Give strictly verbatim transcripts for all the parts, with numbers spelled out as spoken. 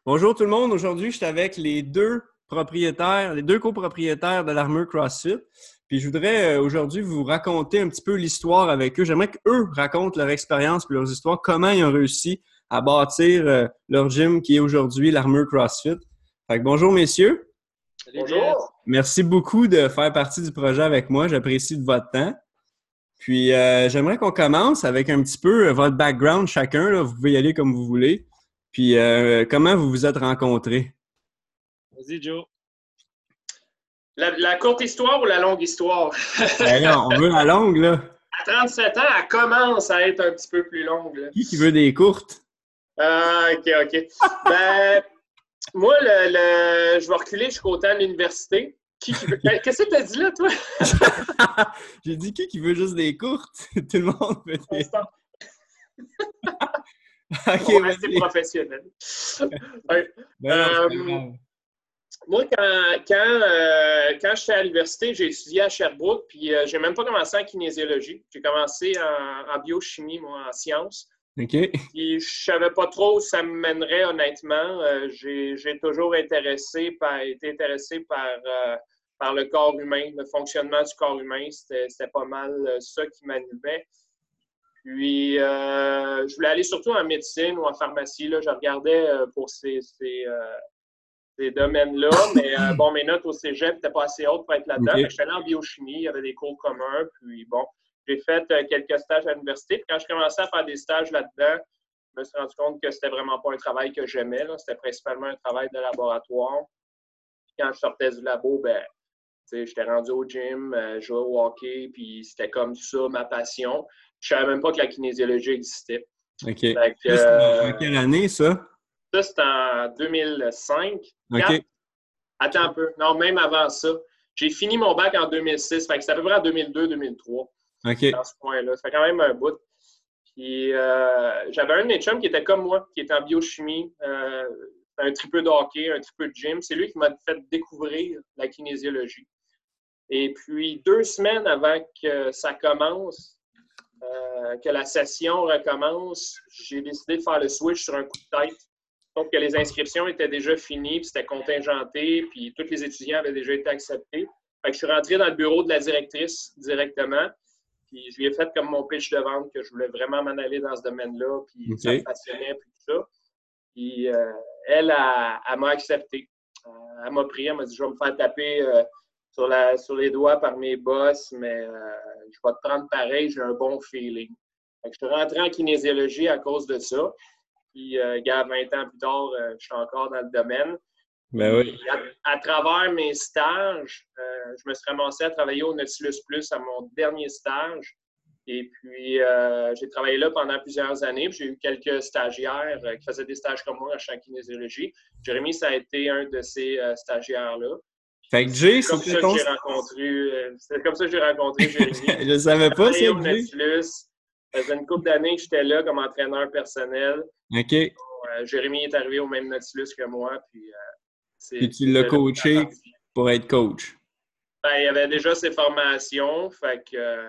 Bonjour tout le monde. Aujourd'hui, je suis avec les deux propriétaires, les deux copropriétaires de l'Armure CrossFit. Puis je voudrais euh, aujourd'hui vous raconter un petit peu l'histoire avec eux. J'aimerais qu'eux racontent leur expérience et leurs histoires, comment ils ont réussi à bâtir euh, leur gym qui est aujourd'hui l'Armure CrossFit. Fait que bonjour messieurs. Salut, bonjour. Merci beaucoup de faire partie du projet avec moi. J'apprécie de votre temps. Puis euh, j'aimerais qu'on commence avec un petit peu euh, votre background chacun. Là. Vous pouvez y aller comme vous voulez. Puis, euh, comment vous vous êtes rencontrés? Vas-y, Joe. La, la courte histoire ou la longue histoire? Ben là, on veut la longue, là. À trente-sept ans, elle commence à être un petit peu plus longue. Là. Qui qui veut des courtes? Ah, OK, OK. ben, moi, le, le, je vais reculer jusqu'au temps de l'université. Qui, qui veut... Qu'est-ce que tu as dit là, toi? J'ai dit qui qui veut juste des courtes? Tout le monde veut des... Okay, bon, assez professionnel. ouais. ben non, euh, moi, quand, quand, euh, quand j'étais à l'université, j'ai étudié à Sherbrooke, puis euh, j'ai même pas commencé en kinésiologie. J'ai commencé en, en biochimie, moi, en sciences. OK. Puis je savais pas trop où ça me mènerait, honnêtement. Euh, j'ai, j'ai toujours intéressé par, été intéressé par, euh, par le corps humain, le fonctionnement du corps humain. C'était, c'était pas mal ça qui m'animait. Puis, euh, je voulais aller surtout en médecine ou en pharmacie. Là. Je regardais euh, pour ces, ces, euh, ces domaines-là. Mais euh, bon, mes notes au cégep n'étaient pas assez hautes pour être là-dedans. Okay. Je suis allé en biochimie. Il y avait des cours communs. Puis, bon, j'ai fait euh, quelques stages à l'université. Puis, quand je commençais à faire des stages là-dedans, je me suis rendu compte que c'était vraiment pas un travail que j'aimais. Là. C'était principalement un travail de laboratoire. Puis, quand je sortais du labo, ben, j'étais rendu au gym, euh, jouais au hockey. Puis, c'était comme ça ma passion. Je ne savais même pas que la kinésiologie existait. OK. Fait que, euh, en quelle année, ça? Ça, c'était en deux mille cinq. OK. Attends un peu. Non, même avant ça. J'ai fini mon bac en deux mille six. Fait que c'était à peu près en deux mille deux deux mille trois. OK. Dans ce point-là. Ça fait quand même un bout. Puis, euh, j'avais un de mes chums qui était comme moi, qui était en biochimie. Euh, un tripeux de hockey, un tripeux de gym. C'est lui qui m'a fait découvrir la kinésiologie. Et puis, deux semaines avant que ça commence, Euh, que la session recommence, j'ai décidé de faire le switch sur un coup de tête. Donc, que les inscriptions étaient déjà finies, puis c'était contingenté, puis tous les étudiants avaient déjà été acceptés. Fait que je suis rentré dans le bureau de la directrice directement, puis je lui ai fait comme mon pitch de vente que je voulais vraiment m'en aller dans ce domaine-là, puis okay. Ça me passionnait, puis tout ça. Puis euh, elle, elle, elle m'a accepté. Euh, elle m'a pris, elle m'a dit « Je vais me faire taper euh, sur, la, sur les doigts par mes boss, mais euh, je vais te prendre pareil, j'ai un bon feeling. » Fait que je suis rentré en kinésiologie à cause de ça. Puis, euh, gars, vingt ans plus tard, euh, je suis encore dans le domaine. Ben oui. À, à travers mes stages, euh, je me suis ramassé à travailler au Nautilus Plus à mon dernier stage. Et puis, euh, j'ai travaillé là pendant plusieurs années. J'ai eu quelques stagiaires euh, qui faisaient des stages comme moi en kinésiologie. Jérémy, ça a été un de ces euh, stagiaires-là. Fait que Jay, c'est comme ça ton... que j'ai rencontré, euh, c'est comme ça que j'ai rencontré Jérémy. Je savais pas ça, au Nautilus. Ça faisait une couple d'années que j'étais là comme entraîneur personnel. OK. Bon, euh, Jérémy est arrivé au même Nautilus que moi. Puis, euh, c'est, puis tu l'as coaché pour être coach. Ben, il y avait déjà ses formations. Fait que euh,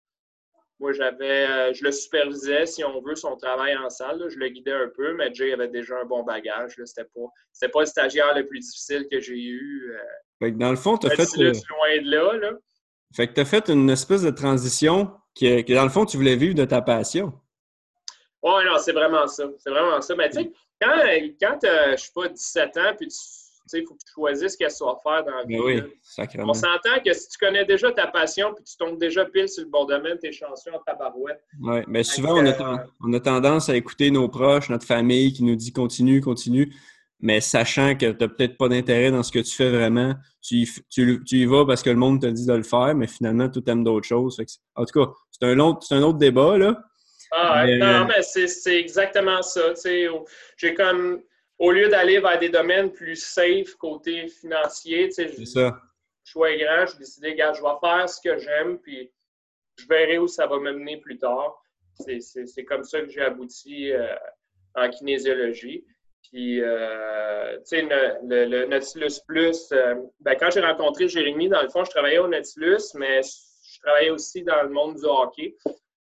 moi, j'avais, euh, je le supervisais, si on veut, son travail en salle. Là. Je le guidais un peu, mais Jay avait déjà un bon bagage. Là. C'était pas, c'était pas le stagiaire le plus difficile que j'ai eu. Euh, fait que dans le fond, tu as fait. Euh... loin de là, là. Fait que tu as fait une espèce de transition que, que, dans le fond, tu voulais vivre de ta passion. Oui, non, c'est vraiment ça. C'est vraiment ça. Mais tu sais, quand, quand tu as, je sais pas, dix-sept ans, puis tu sais, il faut que tu choisisses ce que tu vas faire dans la vie. Oui, là. sacrément. On s'entend que si tu connais déjà ta passion, puis tu tombes déjà pile sur le bon domaine, t'es chanceux en tabarouette. Oui, mais souvent, on a, ten- on a tendance à écouter nos proches, notre famille qui nous dit continue, continue. Mais sachant que tu n'as peut-être pas d'intérêt dans ce que tu fais vraiment, tu y, tu, tu y vas parce que le monde te dit de le faire, mais finalement, tu aimes d'autres choses. En tout cas, c'est un autre, c'est un autre débat, là. Ah, mais, non, mais c'est, c'est exactement ça. J'ai comme, au lieu d'aller vers des domaines plus safe côté financier, c'est ça. Je suis grand, j'ai décidé, gars, je vais faire ce que j'aime, puis je verrai où ça va me mener plus tard. C'est, c'est, c'est comme ça que j'ai abouti euh, en kinésiologie. Puis, euh, tu sais, le, le, le Nautilus Plus, euh, ben, quand j'ai rencontré Jérémy, dans le fond, je travaillais au Nautilus, mais je travaillais aussi dans le monde du hockey.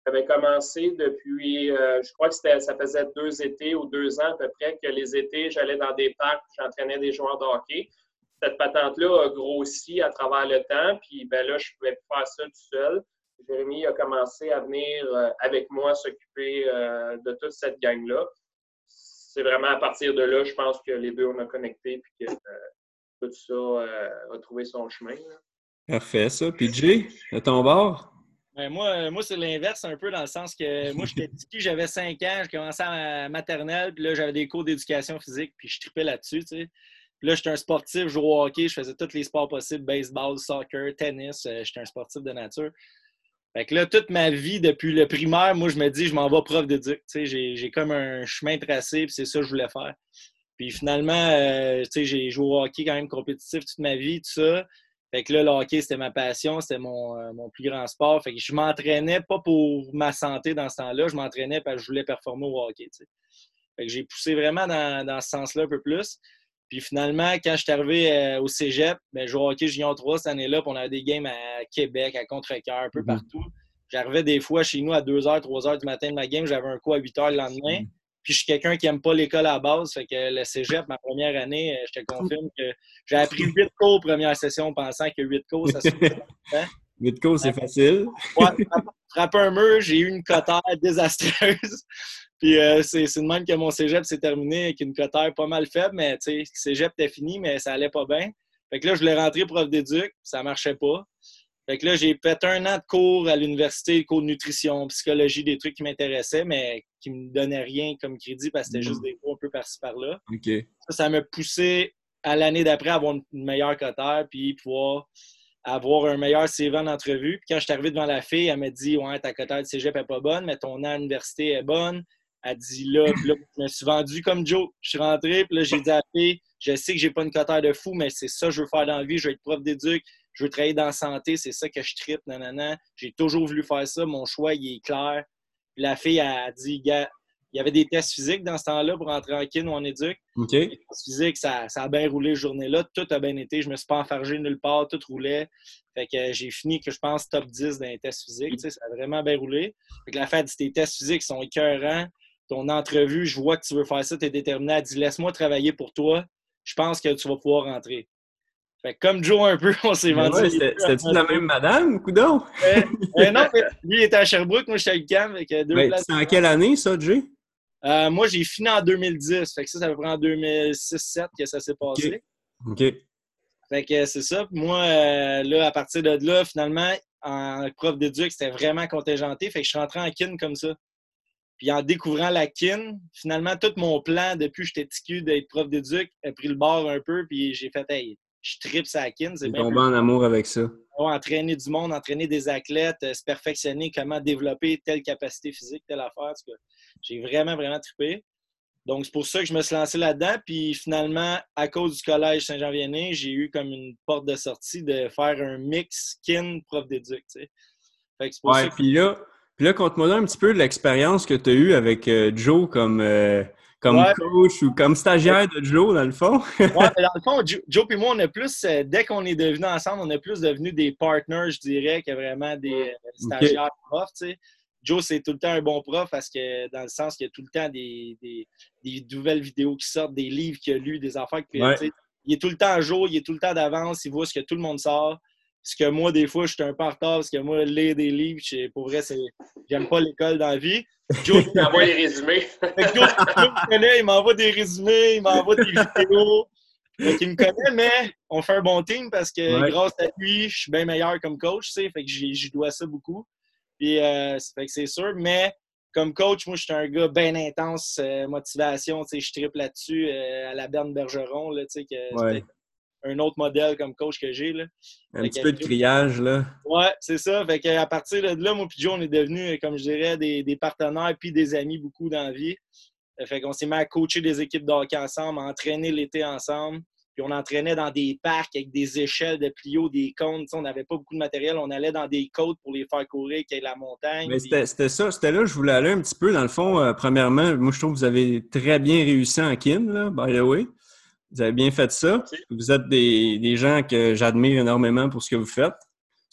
J'avais commencé depuis, euh, je crois que c'était, ça faisait deux étés ou deux ans à peu près que les étés, j'allais dans des parcs, j'entraînais des joueurs de hockey. Cette patente-là a grossi à travers le temps, puis ben là, je ne pouvais plus faire ça tout seul. Jérémy a commencé à venir euh, avec moi s'occuper euh, de toute cette gang-là. C'est vraiment à partir de là, je pense que les deux, on a connecté, puis que euh, tout ça euh, a trouvé son chemin. Là. Parfait, ça. Puis Jay, à ton bord? Ben moi, moi c'est l'inverse un peu dans le sens que moi, j'étais petit, j'avais cinq ans, je commençais à maternelle, puis là, j'avais des cours d'éducation physique, puis je tripais là-dessus, tu sais. Puis là, j'étais un sportif, je jouais au hockey, je faisais tous les sports possibles, baseball, soccer, tennis, euh, j'étais un sportif de nature. Fait que là, toute ma vie, depuis le primaire, moi, je me dis, je m'en vais prof d'éduc. Tu sais, j'ai, j'ai comme un chemin tracé, puis c'est ça que je voulais faire. Puis finalement, euh, tu sais, j'ai joué au hockey quand même compétitif toute ma vie, tout ça. Fait que là, le hockey, c'était ma passion, c'était mon, euh, mon plus grand sport. Fait que je m'entraînais pas pour ma santé dans ce temps-là, je m'entraînais parce que je voulais performer au hockey, tu sais. Fait que j'ai poussé vraiment dans, dans ce sens-là un peu plus. Puis finalement, quand je suis arrivé euh, au cégep, ben, je jouais au hockey junior trois cette année-là, puis on avait des games à Québec, à Contrecœur, un peu Mm-hmm. partout. J'arrivais des fois chez nous à deux heures, trois heures du matin de ma game, j'avais un coup à huit heures le lendemain. Mm-hmm. Puis je suis quelqu'un qui n'aime pas l'école à la base, fait que le cégep, ma première année, je te confirme que j'ai appris huit cours première session pensant que huit cours, ça se fait. huit cours, c'est facile. Ouais, frapper un mur, j'ai eu une cotère désastreuse. Puis euh, c'est, c'est de même que mon cégep s'est terminé avec une cotère pas mal faible, mais tu sais, cégep était fini, mais ça allait pas bien. Fait que là, je voulais rentrer prof d'éduc, ça marchait pas. Fait que là, j'ai fait un an de cours à l'université, cours de nutrition, psychologie, des trucs qui m'intéressaient, mais qui me donnaient rien comme crédit parce que c'était juste des cours un peu par-ci par-là. Okay. Ça, ça m'a poussé à l'année d'après à avoir une meilleure cotère puis pouvoir avoir un meilleur C V en entrevue. Puis quand je suis arrivé devant la fille, elle m'a dit « Ouais, ta cotère de cégep n'est pas bonne, mais ton an à l'université est bonne. » Elle dit là, puis là, je me suis vendu comme Joe. Je suis rentré, puis là, j'ai dit à la fille, je sais que j'ai pas une cotère de fou, mais c'est ça que je veux faire dans la vie. Je veux être prof d'éduc, je veux travailler dans la santé, c'est ça que je tripe, nanana. J'ai toujours voulu faire ça, mon choix, il est clair. Puis la fille, elle a dit, gars, il y avait des tests physiques dans ce temps-là pour entrer en kin ou en éduc. Okay. Les tests physiques, ça, ça a bien roulé cette journée-là. Tout a bien été. Je me suis pas enfargé nulle part, tout roulait. Fait que j'ai fini, que je pense, top dix dans les tests physiques. Ça a vraiment bien roulé. Fait que la fille a dit, tes tests physiques sont écœurants. Ton entrevue, je vois que tu veux faire ça, tu es déterminé. Elle dit, laisse-moi travailler pour toi. Je pense que tu vas pouvoir rentrer. Fait que comme Joe un peu, on s'est vendu. Ouais, c'était, c'était-tu la même madame, coudonc? Euh, euh, non, mais lui, il était à Sherbrooke, moi, j'étais à l'U Q A M. C'était en quelle année, ça, Jay? Euh, moi, j'ai fini en deux mille dix. Fait que ça, ça fait en deux mille six deux mille sept que ça s'est passé. OK. OK. Fait que c'est ça. Puis moi, euh, là, à partir de là, finalement, en prof d'éduc, c'était vraiment contingenté. Fait que je suis rentré en kin comme ça. Puis en découvrant la kin, finalement, tout mon plan depuis que j'étais ticu d'être prof d'éduc a pris le bord un peu. Puis j'ai fait, hey, je tripe sa kin. C'est bien tombé en amour avec ça. Ouais, entraîner du monde, entraîner des athlètes, se perfectionner, comment développer telle capacité physique, telle affaire. En tout cas, j'ai vraiment, vraiment trippé. Donc, c'est pour ça que je me suis lancé là-dedans. Puis finalement, à cause du collège Saint-Jean-Vianney, j'ai eu comme une porte de sortie de faire un mix kin prof d'éduc. Tu sais. Fait que c'est pour ouais, ça que... puis là, puis là, conte-moi un petit peu de l'expérience que tu as eue avec euh, Joe comme, euh, comme ouais. coach ou comme stagiaire de Joe, dans le fond. ouais, mais dans le fond, Joe, Joe et moi, on a plus, euh, dès qu'on est devenus ensemble, on a plus devenu des partners, je dirais, que vraiment des euh, stagiaires okay. profs, tu sais. Joe, c'est tout le temps un bon prof parce que, dans le sens qu'il y a tout le temps des, des, des nouvelles vidéos qui sortent, des livres qu'il a lus, des affaires qu'il ouais. Il est tout le temps à jour, il est tout le temps d'avance, il voit ce que tout le monde sort. Ce que moi, des fois, je suis un peu en retard parce que moi, lire des livres, pour vrai, c'est... j'aime pas l'école dans la vie. Joe, il m'envoie des résumés. Joe, Joe me connaît, il m'envoie des résumés, il m'envoie des vidéos. Donc, il me connaît, mais on fait un bon team parce que ouais. grâce à lui, je suis bien meilleur comme coach, tu sais, fait que j'y dois ça beaucoup. Puis, euh, fait que c'est sûr, mais comme coach, moi, je suis un gars bien intense, euh, motivation, tu sais, je triple là-dessus euh, à la Berne Bergeron, là, tu sais, que ouais. c'est un autre modèle comme coach que j'ai, là. Un fait petit que, peu de criage, là. Ouais, c'est ça. Fait qu'à partir de là, moi et Joe, on est devenus, comme je dirais, des, des partenaires puis des amis beaucoup dans la vie. Fait qu'on s'est mis à coacher des équipes de hockey ensemble, à entraîner l'été ensemble. Puis on entraînait dans des parcs avec des échelles de plio, des cônes. On n'avait pas beaucoup de matériel. On allait dans des côtes pour les faire courir, qu'il y ait la montagne. Mais puis... c'était, c'était ça. C'était là que je voulais aller un petit peu. Dans le fond, euh, premièrement, moi, je trouve que vous avez très bien réussi en kin, là, by the way. Vous avez bien fait ça. Vous êtes des, des gens que j'admire énormément pour ce que vous faites.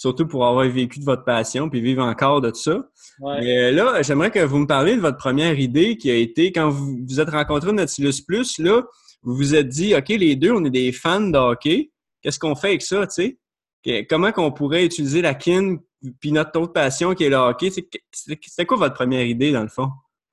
surtout pour avoir vécu de votre passion puis vivre encore de tout ça. Ouais. Mais là, j'aimerais que vous me parliez de votre première idée qui a été, quand vous vous êtes rencontrés au Nautilus Plus, là, vous vous êtes dit, OK, les deux, on est des fans de hockey. Qu'est-ce qu'on fait avec ça, tu sais? Comment qu'on pourrait utiliser la kin puis notre autre passion qui est le hockey? C'était quoi votre première idée, dans le fond?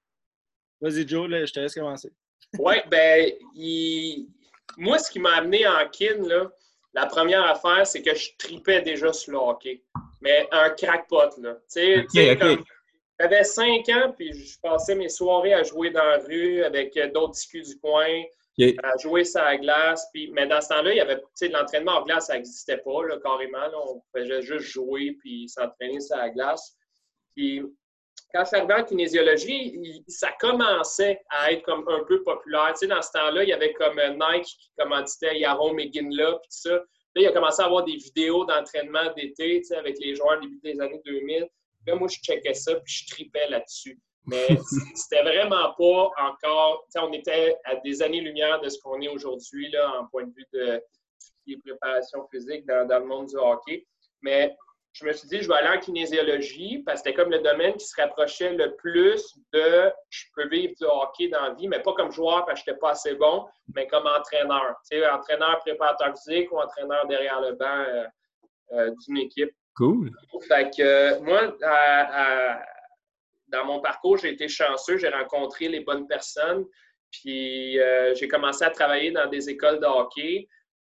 Vas-y, Joe, là, je te laisse commencer. Oui, ben, il... moi, ce qui m'a amené en kin, là, la première affaire, c'est que je tripais déjà sur le hockey. Mais un crackpot, là. Tu sais, okay, okay. comme... J'avais cinq ans, puis je passais mes soirées à jouer dans la rue avec d'autres discus du coin, okay. à jouer sur la glace. Puis... Mais dans ce temps-là, il y avait, tu sais, l'entraînement en glace, ça n'existait pas, là, carrément. Là. On pouvait juste jouer puis s'entraîner sur la glace. Puis quand je suis arrivé en kinésiologie, il, ça commençait à être comme un peu populaire. Tu sais, dans ce temps-là, il y avait comme Nike qui commanditait Yaron McGinley, puis tout ça. Là, il a commencé à avoir des vidéos d'entraînement d'été, tu sais, avec les joueurs début des années deux mille. Là, moi, je checkais ça, puis je tripais là-dessus. Mais c'était vraiment pas encore... Tu sais, on était à des années-lumière de ce qu'on est aujourd'hui, là, en point de vue de tout ce qui est préparation physique dans, dans le monde du hockey. Mais je me suis dit, je vais aller en kinésiologie parce que c'était comme le domaine qui se rapprochait le plus de je peux vivre du hockey dans la vie, mais pas comme joueur parce que je n'étais pas assez bon, mais comme entraîneur. Tu sais, entraîneur préparateur physique ou entraîneur derrière le banc euh, euh, d'une équipe. Cool. Fait que euh, moi, à, à, dans mon parcours, j'ai été chanceux, j'ai rencontré les bonnes personnes, puis euh, j'ai commencé à travailler dans des écoles de hockey.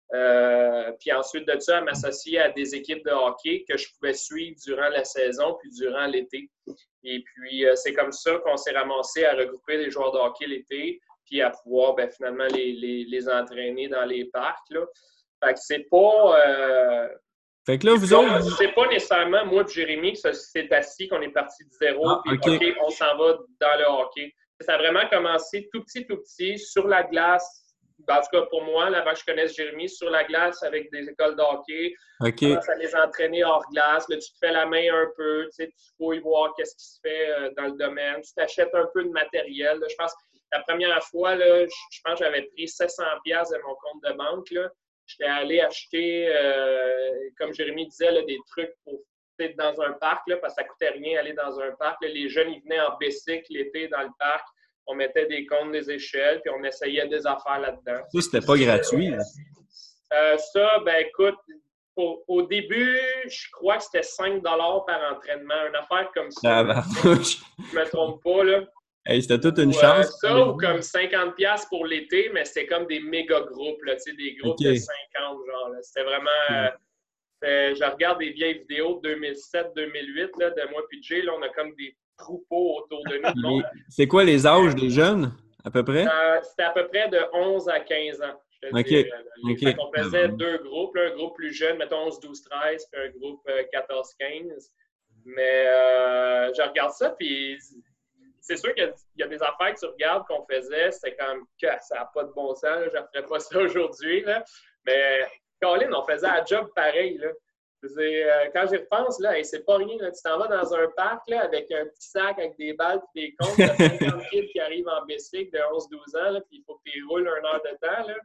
Euh, puis ensuite de ça, à m'associer à des équipes de hockey que je pouvais suivre durant la saison puis durant l'été. Et puis, euh, c'est comme ça qu'on s'est ramassé à regrouper les joueurs de hockey l'été puis à pouvoir ben, finalement les, les, les entraîner dans les parcs. Là. Fait que c'est pas... Euh, fait que là, vous c'est autres... pas, c'est pas nécessairement moi et Jérémy qui s'est assis, qu'on est parti de zéro ah, puis okay. OK, on s'en va dans le hockey. Ça a vraiment commencé tout petit, tout petit, sur la glace. En tout cas, pour moi, là, avant que je connaisse Jérémy, sur la glace avec des écoles de hockey. Okay. On commence à les entraîner hors glace. Là, tu te fais la main un peu, tu sais, tu fouilles voir qu'est-ce qui se fait euh, dans le domaine. Tu t'achètes un peu de matériel. Là. Je pense que la première fois, là, je, je pense que j'avais pris sept cents dollars de mon compte de banque. Là. J'étais allé acheter, euh, comme Jérémy disait, là, des trucs pour être dans un parc, là, parce que ça ne coûtait rien aller dans un parc. Là. Les jeunes, ils venaient en bicycle l'été dans le parc. On mettait des comptes, des échelles, puis on essayait des affaires là-dedans. Ça, c'était pas gratuit. Là. Euh, ça, ben écoute, au, au début, je crois que c'était cinq dollars par entraînement. Une affaire comme ça. Ah, bah, je ne me trompe pas, là. Hey, c'était toute une ou, chance. Euh, ça, ou comme cinquante dollars pour l'été, mais c'était comme des méga groupes, là, tu sais, des groupes okay. de cinquante, genre. Là. C'était vraiment... Euh, c'était, je regarde des vieilles vidéos de deux mille sept deux mille huit, là, de moi puis Jay, là, on a comme des troupeaux autour de nous. C'est quoi les âges des jeunes, à peu près? Euh, c'était à peu près de onze à quinze ans. Je te OK. Dis, euh, okay. On faisait deux groupes, là, un groupe plus jeune, mettons onze, douze, treize, puis un groupe euh, quatorze, quinze. Mais euh, je regarde ça, puis c'est sûr qu'il y a, il y a des affaires que tu regardes qu'on faisait, c'était comme que ça n'a pas de bon sens, là, je ne ferais pas ça aujourd'hui. Là. Mais Colin, on faisait un job pareil. Là. Euh, quand j'y repense, là, hey, c'est pas rien. Là. Tu t'en vas dans un parc là, avec un petit sac avec des balles et des comptes, t'as cinquante kids qui arrivent en bicycle de onze douze ans, là, puis il faut que tu roules une heure de temps. Là.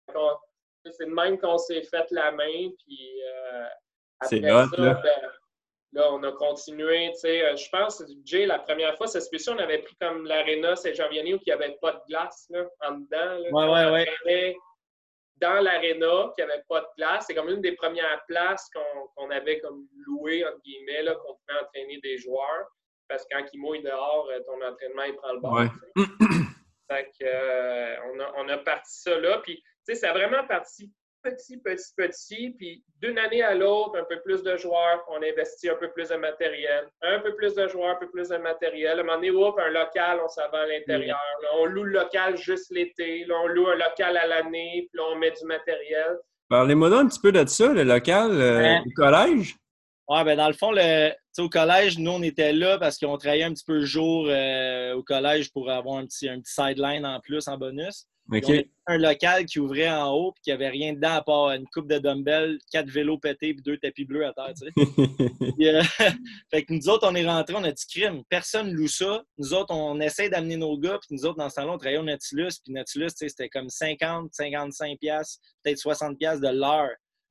On, c'est de même qu'on s'est fait la main, puis euh, après c'est hot, ça, là. Ben, là, on a continué. Euh, je pense, Jay, la première fois, c'est spécial, on avait pris comme l'aréna Saint-Jean-Vianney où il n'y avait pas de glace là, en dedans. Là, ouais, ouais, ouais. Dans l'aréna, qui n'avait pas de place. C'est comme une des premières places qu'on, qu'on avait comme loué, entre guillemets, là, qu'on pouvait entraîner des joueurs. Parce que quand ils mouillent dehors, ton entraînement, il prend le bord. Ouais. Fait que, euh, on, a, on a parti ça là. Puis, tu sais, ça a vraiment parti petit, petit, petit. Puis, d'une année à l'autre, un peu plus de joueurs, on investit un peu plus de matériel. Un peu plus de joueurs, un peu plus de matériel. À un moment donné, oups, un local, on s'en va à l'intérieur. Là, on loue le local juste l'été. Là, on loue un local à l'année. Puis là, on met du matériel. Parlez-moi donc un petit peu de ça, le local euh, hein? Au collège. Oui, bien, dans le fond, le, au collège, nous, on était là parce qu'on travaillait un petit peu le jour euh, au collège pour avoir un petit, un petit sideline en plus, en bonus. Okay. On avait un local qui ouvrait en haut et qui n'avait rien dedans à part une coupe de dumbbells, quatre vélos pétés et deux tapis bleus à terre. Tu sais. puis, euh, fait que nous autres, on est rentrés, on a dit crime. Personne loue ça. Nous autres, on essaie d'amener nos gars. Puis nous autres, dans ce temps-là, on travaillait au Nautilus. Puis Nautilus, tu sais, c'était comme cinquante, cinquante-cinq piastres, peut-être soixante piastres de l'heure.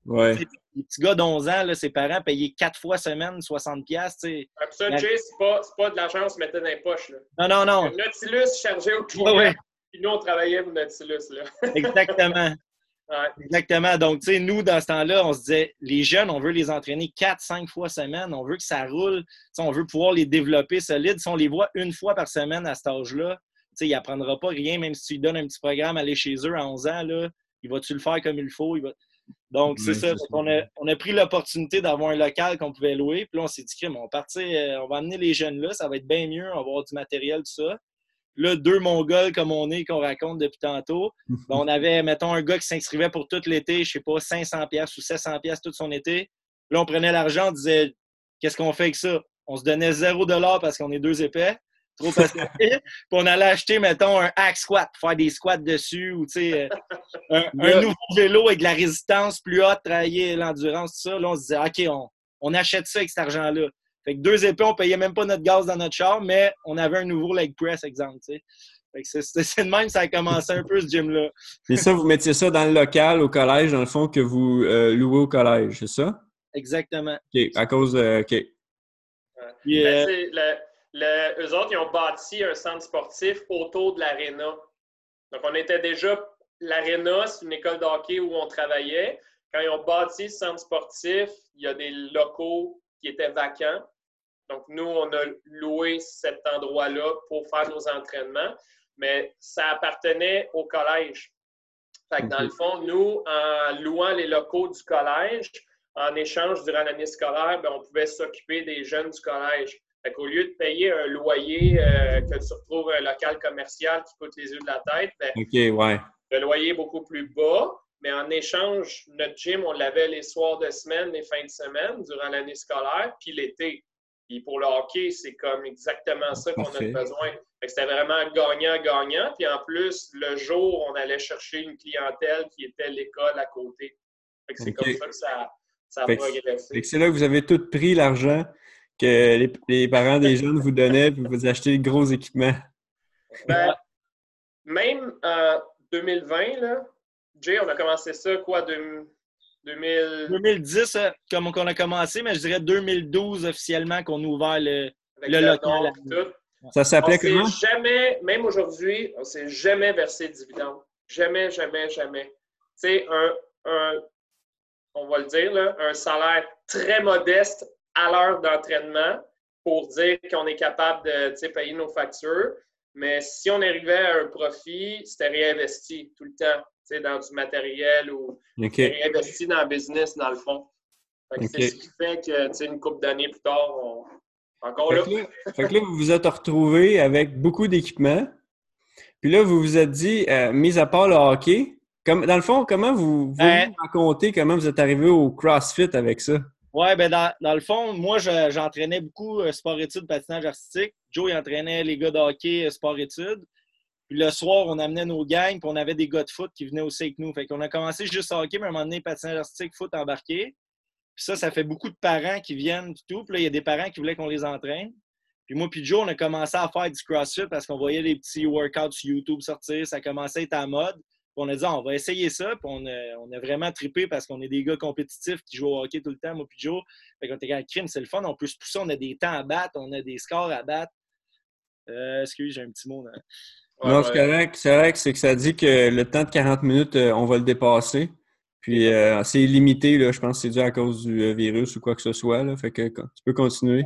Ouais. Les petits gars d'onze ans, là, ses parents payaient quatre fois semaine, soixante piastres. Ça, Jay, c'est pas, pas de l'argent qu'on se mettait dans les poches. Là. Non, non, non. Le Nautilus chargeait au client, ouais. puis nous, on travaillait pour Nautilus. Là. Exactement. Ouais. Exactement. Donc, tu sais, nous, dans ce temps-là, on se disait, les jeunes, on veut les entraîner quatre, cinq fois semaine. On veut que ça roule. T'sais, on veut pouvoir les développer solides. Si on les voit une fois par semaine à cet âge-là, il n'apprendra pas rien, même si tu lui donnes un petit programme, aller chez eux à onze ans, là, il va-tu le faire comme il faut? Il va... Donc, c'est oui, ça. C'est on, a, on a pris l'opportunité d'avoir un local qu'on pouvait louer. Puis là, on s'est dit, on va partir, euh, on va amener les jeunes là, ça va être bien mieux, on va avoir du matériel, tout ça. Là, deux Mongols comme on est, qu'on raconte depuis tantôt. Ben, on avait, mettons, un gars qui s'inscrivait pour tout l'été, je sais pas, cinq cents piastres ou sept cents piastres tout son été. Là, on prenait l'argent, on disait, qu'est-ce qu'on fait avec ça? On se donnait zéro dollar parce qu'on est deux épais. Trop facile. Puis on allait acheter, mettons, un hack squat pour faire des squats dessus ou, tu sais, un, un nouveau vélo avec de la résistance plus haute, travailler l'endurance, tout ça. Là, on se disait, OK, on, on achète ça avec cet argent-là. Fait que deux épées, on payait même pas notre gaz dans notre char, mais on avait un nouveau leg press, exemple, tu sais. Fait que c'est, c'est de même, ça a commencé un peu, ce gym-là. Et ça, vous mettiez ça dans le local, au collège, dans le fond, que vous euh, louez au collège, c'est ça? Exactement. OK, à cause de... OK. Ouais. Yeah. Ben, le, le, eux autres, ils ont bâti un centre sportif autour de l'aréna. Donc, on était déjà... L'aréna, c'est une école de hockey où on travaillait. Quand ils ont bâti ce centre sportif, il y a des locaux qui étaient vacants. Donc, nous, on a loué cet endroit-là pour faire nos entraînements, mais ça appartenait au collège. Fait que dans le fond, nous, en louant les locaux du collège, en échange, durant l'année scolaire, bien, on pouvait s'occuper des jeunes du collège. Fait qu'au lieu de payer un loyer, euh, que tu retrouves un local commercial qui coûte les yeux de la tête, bien, okay, ouais. le loyer est beaucoup plus bas, mais en échange, notre gym, on l'avait les soirs de semaine, les fins de semaine, durant l'année scolaire, puis l'été. Puis pour le hockey, c'est comme exactement ça qu'on Parfait. a besoin. Fait que c'était vraiment gagnant-gagnant. Puis en plus, le jour, on allait chercher une clientèle qui était l'école à côté. Fait que c'est okay. comme ça que ça, ça a fait progressé. Fait que c'est là que vous avez tout pris l'argent que les, les parents des jeunes vous donnaient puis vous achetez de gros équipements. Ben, même en deux mille vingt, là, Jay, on a commencé ça, quoi, de... deux mille... deux mille dix, comme on a commencé, mais je dirais deux mille douze officiellement qu'on a ouvert le, le local. Tout. Ça s'appelait on comment? Jamais, même aujourd'hui, on ne s'est jamais versé de dividendes. Jamais, jamais, jamais. Tu sais, un, un, on va le dire, là, un salaire très modeste à l'heure d'entraînement pour dire qu'on est capable de payer nos factures. Mais si on arrivait à un profit, c'était réinvesti tout le temps. Dans du matériel ou okay. réinvesti dans le business, dans le fond. Fait que okay. C'est ce qui fait que, une couple d'années plus tard, on... encore fait là. Que là. Fait que là, vous vous êtes retrouvés avec beaucoup d'équipements. Puis là, vous vous êtes dit, euh, mis à part le hockey, comme, dans le fond, comment vous, vous euh, nous racontez comment vous êtes arrivé au CrossFit avec ça? Oui, bien, dans, dans le fond, moi, je, j'entraînais beaucoup euh, sport-études, patinage artistique. Joe, il entraînait les gars de hockey, euh, sport-études. Puis le soir, on amenait nos gangs, puis on avait des gars de foot qui venaient aussi avec nous. Fait qu'on a commencé juste hockey, mais à un moment donné, patinage artistique, foot embarqué. Puis ça, ça fait beaucoup de parents qui viennent du tout. Puis là, il y a des parents qui voulaient qu'on les entraîne. Puis moi puis Joe, on a commencé à faire du CrossFit parce qu'on voyait des petits workouts sur YouTube sortir. Ça commençait à être à mode. Puis on a dit, ah, on va essayer ça. Puis on a, on a vraiment trippé parce qu'on est des gars compétitifs qui jouent au hockey tout le temps, moi puis Joe. Fait qu'on était quand crime, c'est le fun. On peut se pousser, on a des temps à battre, on a des scores à battre. Euh, excuse, j'ai un petit mot. Là. Ouais, non, ouais. c'est correct. C'est correct, c'est que ça dit que le temps de quarante minutes, euh, on va le dépasser. Puis euh, c'est limité, là, je pense que c'est dû à cause du euh, virus ou quoi que ce soit. Là, fait que tu peux continuer.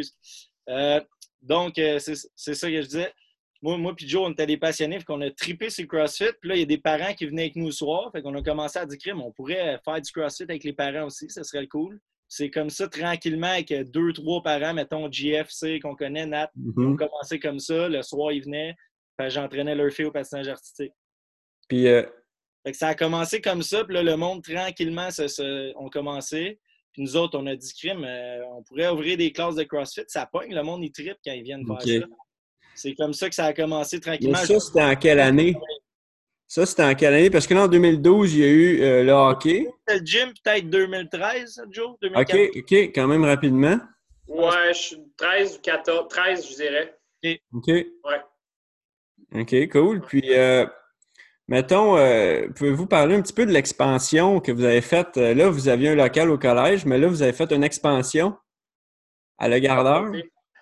Euh, donc, euh, c'est, c'est ça que je disais. Moi, moi puis Joe, on était des passionnés, fait qu'on a trippé sur le CrossFit. Puis là, il y a des parents qui venaient avec nous le soir. Fait qu'on a commencé à dire, crime, on pourrait faire du CrossFit avec les parents aussi, ça serait cool. C'est comme ça, tranquillement, avec deux, trois parents, mettons J F C qu'on connaît, Nat. Mm-hmm. On commençait comme ça. Le soir, ils venaient. Fait, j'entraînais leur fille au patinage artistique. Puis, euh... fait que ça a commencé comme ça. Puis là, le monde, tranquillement, ça, ça, on commençait. Puis nous autres, on a dit, crime, euh, on pourrait ouvrir des classes de CrossFit. Ça pogne, le monde, il trippe quand ils viennent okay. faire ça. C'est comme ça que ça a commencé tranquillement. Mais ça, c'était en quelle année? Ça, c'était en quelle année? Parce que là, en deux mille douze, il y a eu euh, le hockey. Le gym, peut-être deux mille treize, Joe? deux mille quatorze. OK, OK, quand même rapidement. Ouais, je suis treize ou quatorze, treize, je dirais. OK. OK. Ouais. OK, cool. Puis, euh, Mettons, euh, pouvez-vous parler un petit peu de l'expansion que vous avez faite? Euh, Là, vous aviez un local au collège, mais là, vous avez fait une expansion à Le Gardeur.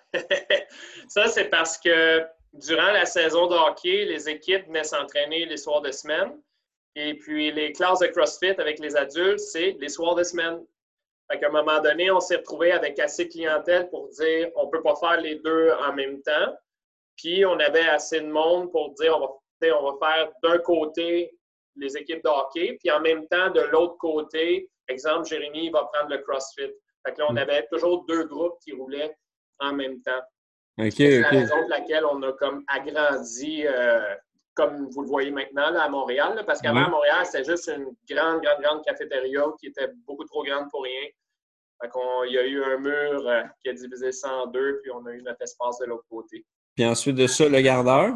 Ça, c'est parce que durant la saison de hockey, les équipes venaient s'entraîner les soirs de semaine. Et puis, les classes de CrossFit avec les adultes, c'est les soirs de semaine. Fait qu'à un moment donné, on s'est retrouvé avec assez de clientèle pour dire on ne peut pas faire les deux en même temps. Puis, on avait assez de monde pour dire on va, on va faire d'un côté les équipes de hockey, puis en même temps, de l'autre côté, exemple, Jérémy va prendre le CrossFit. Fait que là, on avait toujours deux groupes qui roulaient en même temps. OK, C'est OK. la raison pour laquelle on a comme agrandi, euh, comme vous le voyez maintenant là, à Montréal, là, parce qu'avant Ouais. à Montréal, c'était juste une grande, grande, grande cafétéria qui était beaucoup trop grande pour rien. Fait qu'on, il y a eu un mur euh, qui a divisé ça en deux, puis on a eu notre espace de l'autre côté. Puis ensuite de ça, Le Gardeur.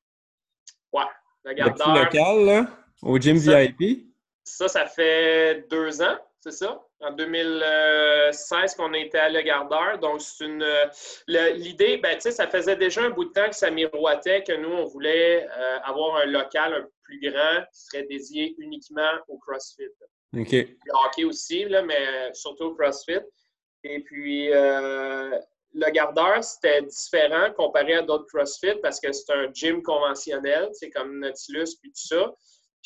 Ouais, le Le petit Gardeur. local, là, au gym Ça- V I P. Ça, ça fait deux ans, c'est ça? En deux mille seize qu'on était à Le Gardeur. Donc, c'est une. le- L'idée, ben, tu sais, ça faisait déjà un bout de temps que ça miroitait que nous, on voulait euh, avoir un local un peu plus grand qui serait dédié uniquement au CrossFit. OK. Le hockey aussi, là, mais surtout au CrossFit. Et puis, euh, Le Gardeur, c'était différent comparé à d'autres CrossFit parce que c'est un gym conventionnel, c'est comme Nautilus puis tout ça.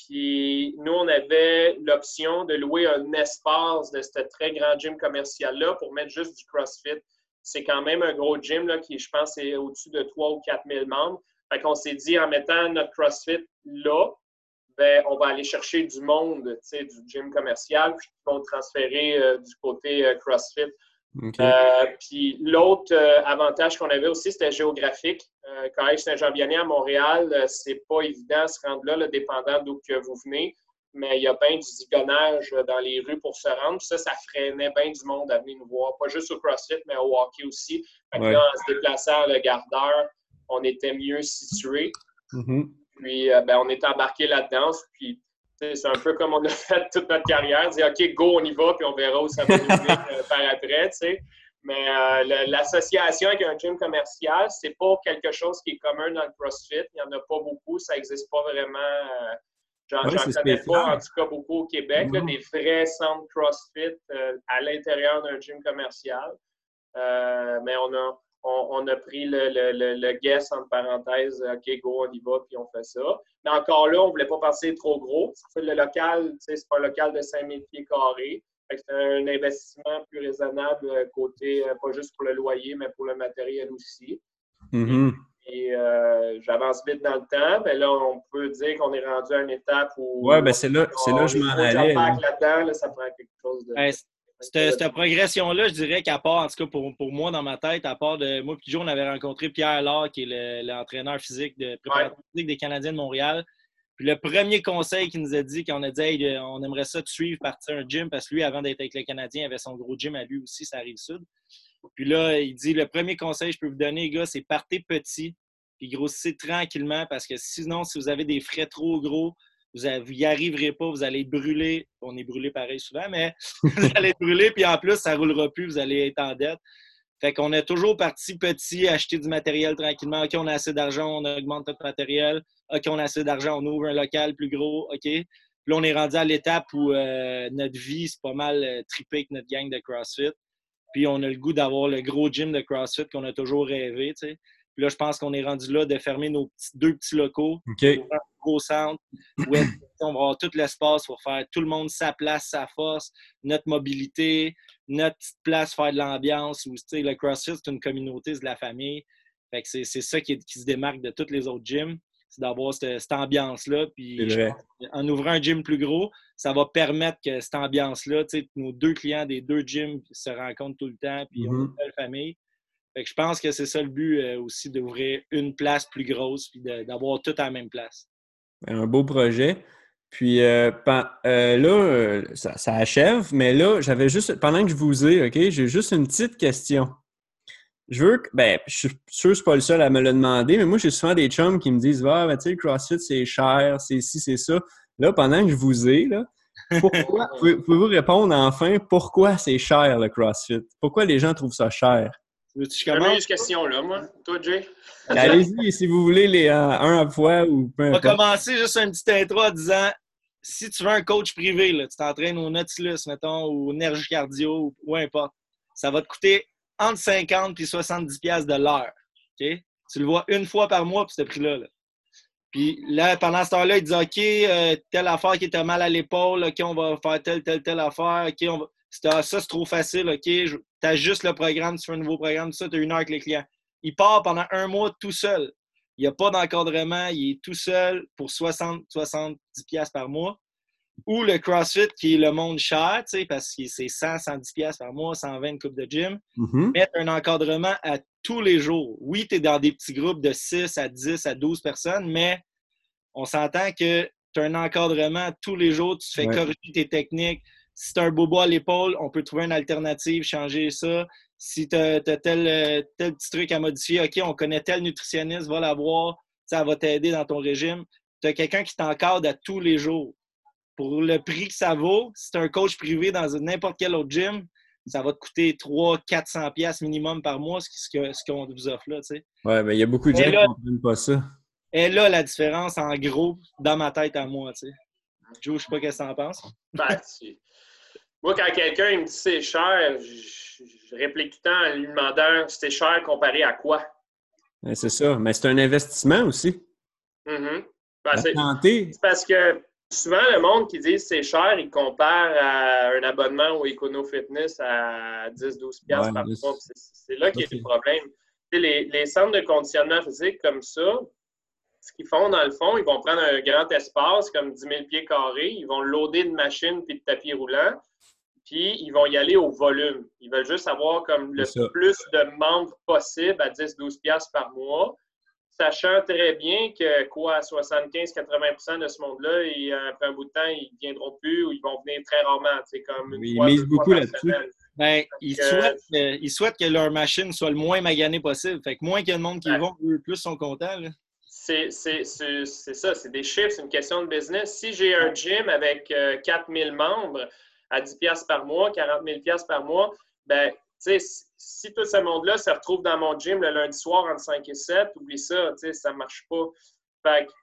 Puis nous, on avait l'option de louer un espace de ce très grand gym commercial-là pour mettre juste du CrossFit. C'est quand même un gros gym là, qui, je pense, est au-dessus de trois ou quatre mille membres. Fait qu'on s'est dit, en mettant notre CrossFit là, ben, on va aller chercher du monde, tu sais, du gym commercial, puis ils vont transférer euh, du côté euh, CrossFit. OK. Euh, puis l'autre euh, avantage qu'on avait aussi, c'était géographique. Euh, Collège Saint-Jean-Vianney à Montréal, euh, c'est pas évident de se rendre là, là dépendant d'où que vous venez, mais il y a bien du zigonnage dans les rues pour se rendre. Puis ça, ça freinait bien du monde à venir nous voir, pas juste au CrossFit, mais au hockey aussi. Fait que Ouais. là, en se déplaçant à Le Gardeur, on était mieux situé. Mhm. Puis, euh, ben, on est embarqué là-dedans. Puis, c'est un peu comme on a fait toute notre carrière. Dire, OK, go, on y va, puis on verra où ça va nous mener euh, par après, tu sais. Mais euh, le- l'association avec un gym commercial, c'est pas quelque chose qui est commun dans le CrossFit. Il n'y en a pas beaucoup. Ça n'existe pas vraiment. euh, J'en Ouais, j'en c'est connais spécial. pas, en tout cas, beaucoup au Québec. là, Mhm. des vrais centres CrossFit euh, à l'intérieur d'un gym commercial. Euh, mais on a, on, on a pris le, le, le, le guess, entre parenthèses, OK, go, on y va, puis on fait ça. Mais encore là, on ne voulait pas penser trop gros. Le local, c'est pas un local de cinq mille pieds carrés. Fait que c'est un investissement plus raisonnable côté, euh, pas juste pour le loyer, mais pour le matériel aussi. Mhm. Et euh, j'avance vite dans le temps. Mais là, on peut dire qu'on est rendu à une étape où Ouais, ben c'est là, c'est là on que je est m'en trop allais. là. jump-back là-dedans. Là, ça prend quelque chose de... Ben, Cette, cette progression-là, je dirais qu'à part, en tout cas pour, pour moi, dans ma tête, à part de moi et Joe, on avait rencontré Pierre Laure, qui est le- l'entraîneur physique de préparateur physique des Canadiens de Montréal. Puis le premier conseil qu'il nous a dit, quand on a dit hey, on aimerait ça te suivre, partir un gym, parce que lui, avant d'être avec le Canadien, il avait son gros gym à lui aussi, ça arrive sud. Puis là, il dit le premier conseil que je peux vous donner, les gars, c'est partez petit, puis grossissez tranquillement, parce que sinon, si vous avez des frais trop gros, vous n'y arriverez pas, vous allez brûler. On est brûlé pareil souvent, mais vous allez brûler, puis en plus, ça ne roulera plus, vous allez être en dette. Fait qu'on est toujours parti petit, acheter du matériel tranquillement. OK, on a assez d'argent, on augmente notre matériel. OK, on a assez d'argent, on ouvre un local plus gros. OK. Puis là, on est rendu à l'étape où euh, notre vie, c'est pas mal euh, trippé avec notre gang de CrossFit. Puis on a le goût d'avoir le gros gym de CrossFit qu'on a toujours rêvé, tu sais. Puis là, je pense qu'on est rendu là de fermer nos petits, deux petits locaux, OK. un gros centre, où est-ce qu'on va avoir tout l'espace pour faire tout le monde sa place, sa force, notre mobilité, notre petite place, faire de l'ambiance. Où, tu sais, le CrossFit, c'est une communauté, c'est de la famille. Fait que c'est, c'est ça qui, est, qui se démarque de tous les autres gyms, c'est d'avoir cette, cette ambiance-là. Puis je pense qu'en ouvrant un gym plus gros, ça va permettre que cette ambiance-là, tu sais, nos deux clients des deux gyms se rencontrent tout le temps, puis mm-hmm. on a une belle famille. Fait que je pense que c'est ça le but euh, aussi, d'ouvrir une place plus grosse puis de, d'avoir tout à la même place. Un beau projet. Puis euh, pa- euh, là, euh, ça, ça achève, mais là, j'avais juste, pendant que je vous ai, OK, j'ai juste une petite question. Je veux que, ben, je suis sûr que je suis pas le seul à me le demander, mais moi, j'ai souvent des chums qui me disent, ah, ben, tu sais, le CrossFit, c'est cher, c'est ci, c'est ça. Là, pendant que je vous ai, là, pourquoi, pouvez-vous répondre enfin pourquoi c'est cher le CrossFit? Pourquoi les gens trouvent ça cher? Veux-tu que je J'ai jamais eu commence? cette question-là, moi. Toi, Jay? Allez-y, si vous voulez, les, euh, un à la fois ou peu On va importe. commencer juste un petit intro en disant si tu veux un coach privé, là, tu t'entraînes au Nautilus, mettons, ou au Nerge Cardio, ou peu importe, ça va te coûter entre cinquante et soixante-dix dollars de l'heure. Okay? Tu le vois une fois par mois pour ce prix-là. Là. Puis là, pendant ce temps-là, il dit OK, euh, telle affaire qui était mal à l'épaule, OK, on va faire telle, telle, telle affaire, OK, on va. Ça, c'est trop facile, OK, tu ajustes le programme, tu fais un nouveau programme, tout ça, tu as une heure avec les clients. Il part pendant un mois tout seul. Il n'y a pas d'encadrement, il est tout seul pour soixante à soixante-dix dollars par mois. Ou le CrossFit, qui est le monde cher, parce que c'est cent à cent dix dollars par mois, cent vingt coupes de gym. Mm-hmm. Mettre un encadrement à tous les jours. Oui, tu es dans des petits groupes de six à dix à douze personnes, mais on s'entend que tu as un encadrement tous les jours, tu fais ouais. corriger tes techniques. Si tu as un bobo à l'épaule, on peut trouver une alternative, changer ça. Si tu as, as tel, tel petit truc à modifier, OK, on connaît tel nutritionniste, va l'avoir, ça va t'aider dans ton régime. Tu as quelqu'un qui t'encadre à tous les jours. Pour le prix que ça vaut, si tu as un coach privé dans n'importe quel autre gym, ça va te coûter trois cents à quatre cents dollars minimum par mois, ce qu'on ce qu'on vous offre là. Oui, mais il y a beaucoup de gens qui ne comprennent pas ça. Et là, la différence, en gros, dans ma tête à moi. Tu sais. Joe, je ne sais pas ce que tu en penses. Ben, tu... Moi, quand quelqu'un me dit c'est cher, je, je réplique tout le temps en lui demandant c'est cher comparé à quoi? Ben, c'est ça. Mais c'est un investissement aussi. Mm-hmm. Ben, La c'est, santé. C'est parce que souvent, le monde qui dit c'est cher, il compare à un abonnement au Econo Fitness à dix à douze dollars ouais, par mois. C'est, c'est là qu'il y a le problème. Les, les centres de conditionnement physique comme ça, ce qu'ils font, dans le fond, ils vont prendre un grand espace, comme dix mille pieds carrés, ils vont loader de machines puis de tapis roulants, puis ils vont y aller au volume. Ils veulent juste avoir comme le plus de membres possible à dix à douze dollars par mois, sachant très bien que, quoi, soixante-quinze à quatre-vingts pour cent de ce monde-là, et après un bout de temps, ils ne viendront plus ou ils vont venir très rarement. C'est comme une oui, fois, ils misent beaucoup là-dessus. Ben, ils, que... souhaitent, euh, ils souhaitent que leur machine soit le moins maganée possible. Fait que moins qu'il y a de monde qui ouais. vont, eux, plus sont contents. Là. C'est, c'est, c'est, c'est ça, c'est des chiffres, c'est une question de business. Si j'ai un gym avec euh, quatre mille membres à dix dollars par mois, quarante mille dollars par mois, ben, tu sais, si tout ce monde-là se retrouve dans mon gym le lundi soir entre cinq et sept, oublie ça, tu sais, ça ne marche pas. Fait que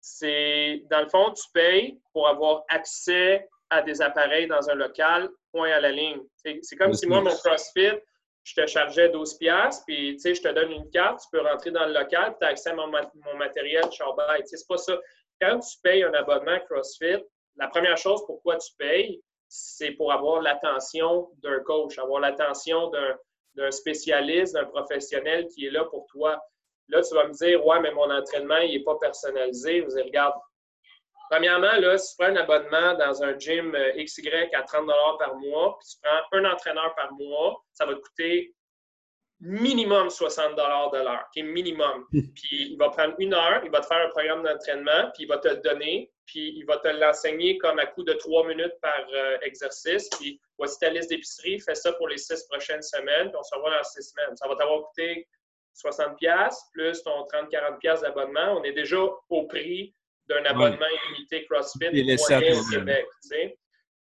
c'est, dans le fond, tu payes pour avoir accès à des appareils dans un local, point à la ligne. C'est, c'est comme si moi, mon CrossFit, je te chargeais douze dollars, puis tu sais, je te donne une carte, tu peux rentrer dans le local, puis tu as accès à mon, mon matériel Charbay. Tu sais, c'est pas ça. Quand tu payes un abonnement CrossFit, la première chose pourquoi tu payes, c'est pour avoir l'attention d'un coach, avoir l'attention d'un, d'un spécialiste, d'un professionnel qui est là pour toi. Là, tu vas me dire, ouais, mais mon entraînement, il n'est pas personnalisé. Vous allez, regarde. Premièrement, là, si tu prends un abonnement dans un gym X Y à trente dollars par mois, puis tu prends un entraîneur par mois, ça va te coûter minimum soixante dollars de l'heure, qui est minimum. Puis il va prendre une heure, il va te faire un programme d'entraînement, puis il va te le donner, puis il va te l'enseigner comme à coup de trois minutes par euh, exercice. Puis voici ta liste d'épicerie, fais ça pour les six prochaines semaines, puis on se revoit dans six semaines. Ça va t'avoir coûté soixante dollars plus ton trente à quarante dollars d'abonnement. On est déjà au prix d'un abonnement ouais. illimité CrossFit moyen au Québec. Tu sais.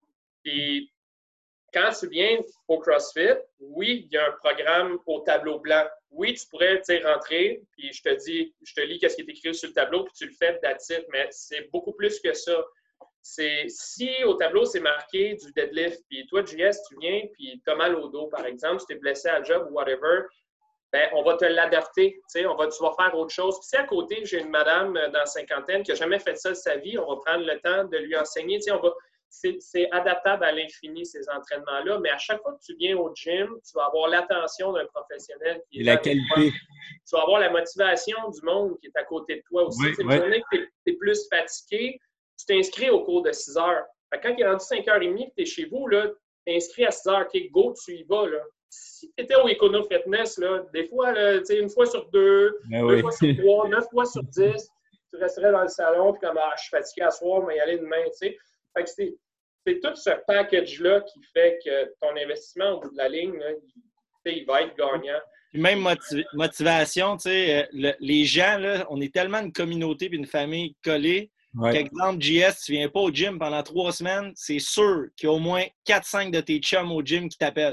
Puis quand tu viens au CrossFit, oui, il y a un programme au tableau blanc. Oui, tu pourrais rentrer, puis je te dis, je te lis qu'est-ce qui est écrit sur le tableau, puis tu le fais that's it, mais c'est beaucoup plus que ça. C'est, si au tableau, c'est marqué du deadlift, puis toi, J S, tu viens, puis tu as mal au dos, par exemple, tu t'es blessé à la job ou whatever, ben, on va te l'adapter, tu sais, on va, tu vas faire autre chose. Puis si à côté, j'ai une madame dans la cinquantaine qui n'a jamais fait ça de sa vie, on va prendre le temps de lui enseigner, tu sais, on va... C'est, c'est adaptable à l'infini, ces entraînements-là, mais à chaque fois que tu viens au gym, tu vas avoir l'attention d'un professionnel qui est Et la qualité. Tu vas avoir la motivation du monde qui est à côté de toi aussi. Oui, c'est une oui. journée que tu es plus fatigué, tu t'inscris au cours de six heures. Fait que quand il est rendu cinq heures trente et que tu es chez vous, tu t'inscris à six heures, OK, go, tu y vas. Là. Si tu étais au Econo Fitness, là, des fois, là, une fois sur deux, ben deux oui. fois sur trois, neuf fois sur dix, tu resterais dans le salon, puis comme ah, je suis fatigué à soir, mais y aller demain, tu sais. Fait que c'est, c'est tout ce package-là qui fait que ton investissement au bout de la ligne, là, il, il va être gagnant. Même motiv- motivation, tu sais, le, les gens, là, on est tellement une communauté et une famille collée. Ouais. Qu'exemple, J S, tu ne viens pas au gym pendant trois semaines, c'est sûr qu'il y a au moins quatre cinq de tes chums au gym qui t'appellent.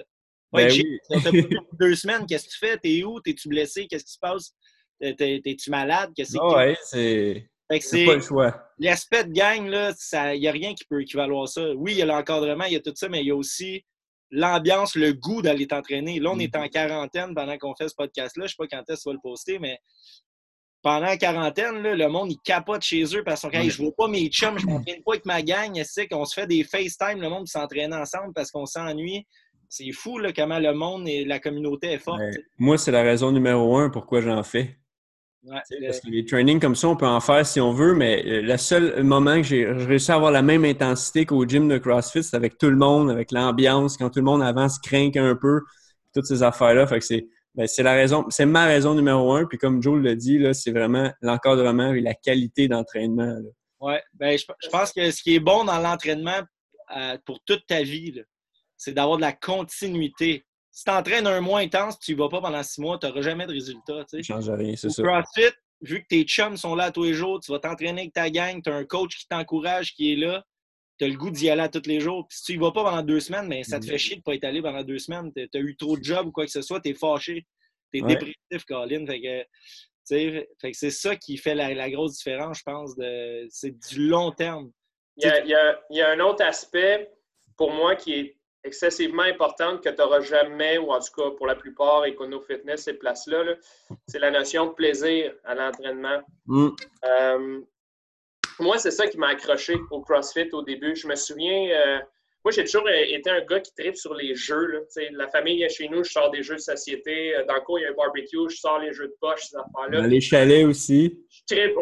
Ouais, Ben Jay, oui. on t'a pas vu depuis deux semaines. Qu'est-ce que tu fais? T'es où? T'es-tu blessé? Qu'est-ce qui se passe? T'es- t'es- T'es-tu malade? Qu'est-ce que Ah t'es? ouais, c'est. Fait que Il n'y a pas le c'est choix. l'aspect de gang, là, il n'y a rien qui peut équivaloir ça. Oui, il y a l'encadrement, il y a tout ça, mais il y a aussi l'ambiance, le goût d'aller t'entraîner. Là, on est en quarantaine pendant qu'on fait ce podcast-là. Je ne sais pas quand est-ce que tu vas le poster, mais pendant la quarantaine, là, le monde, il capote chez eux parce que hey, je ne vois pas mes chums, je ne m'entraîne pas avec ma gang. C'est qu'on se fait des FaceTime, le monde s'entraîne ensemble parce qu'on s'ennuie. C'est fou là, comment le monde et la communauté est forte. Ben, moi, c'est la raison numéro un pourquoi j'en fais. Ouais, Tu sais, le... Parce que les trainings comme ça, on peut en faire si on veut, mais euh, le seul moment que j'ai réussi à avoir la même intensité qu'au gym de CrossFit, c'est avec tout le monde, avec l'ambiance, quand tout le monde avance, craint un peu, toutes ces affaires-là. Fait que c'est, ben, c'est la raison, c'est ma raison numéro un. Puis comme Joe le dit, là, c'est vraiment l'encadrement et la qualité d'entraînement. Là. Ouais, ben, je, je pense que ce qui est bon dans l'entraînement euh, pour toute ta vie, là, c'est d'avoir de la continuité. Si tu entraînes un mois intense, tu ne vas pas pendant six mois, tu n'auras jamais de résultat. Ça ne change rien, c'est Au ça. CrossFit, vu que tes chums sont là tous les jours, tu vas t'entraîner avec ta gang, tu as un coach qui t'encourage, qui est là, tu as le goût d'y aller à tous les jours. Puis si tu n'y vas pas pendant deux semaines, mais ça te fait chier de ne pas être allé pendant deux semaines. Tu as eu trop de jobs ou quoi que ce soit, tu es fâché. Tu es Ouais. dépressif, Colin. Fait que, fait que c'est ça qui fait la, la grosse différence, je pense. De, c'est du long terme. Il y, a, il, y a, il y a un autre aspect pour moi qui est excessivement important que tu n'auras jamais, ou en tout cas pour la plupart, Econo Fitness, ces places-là, là, c'est la notion de plaisir à l'entraînement. Mm. Euh, moi, c'est ça qui m'a accroché au CrossFit au début. Je me souviens, euh, moi, j'ai toujours été un gars qui tripe sur les jeux. Là. La famille est chez nous, je sors des jeux de société. Dans le cours, il y a un barbecue, je sors les jeux de poche, ces affaires-là. Dans les chalets aussi. Je tripe,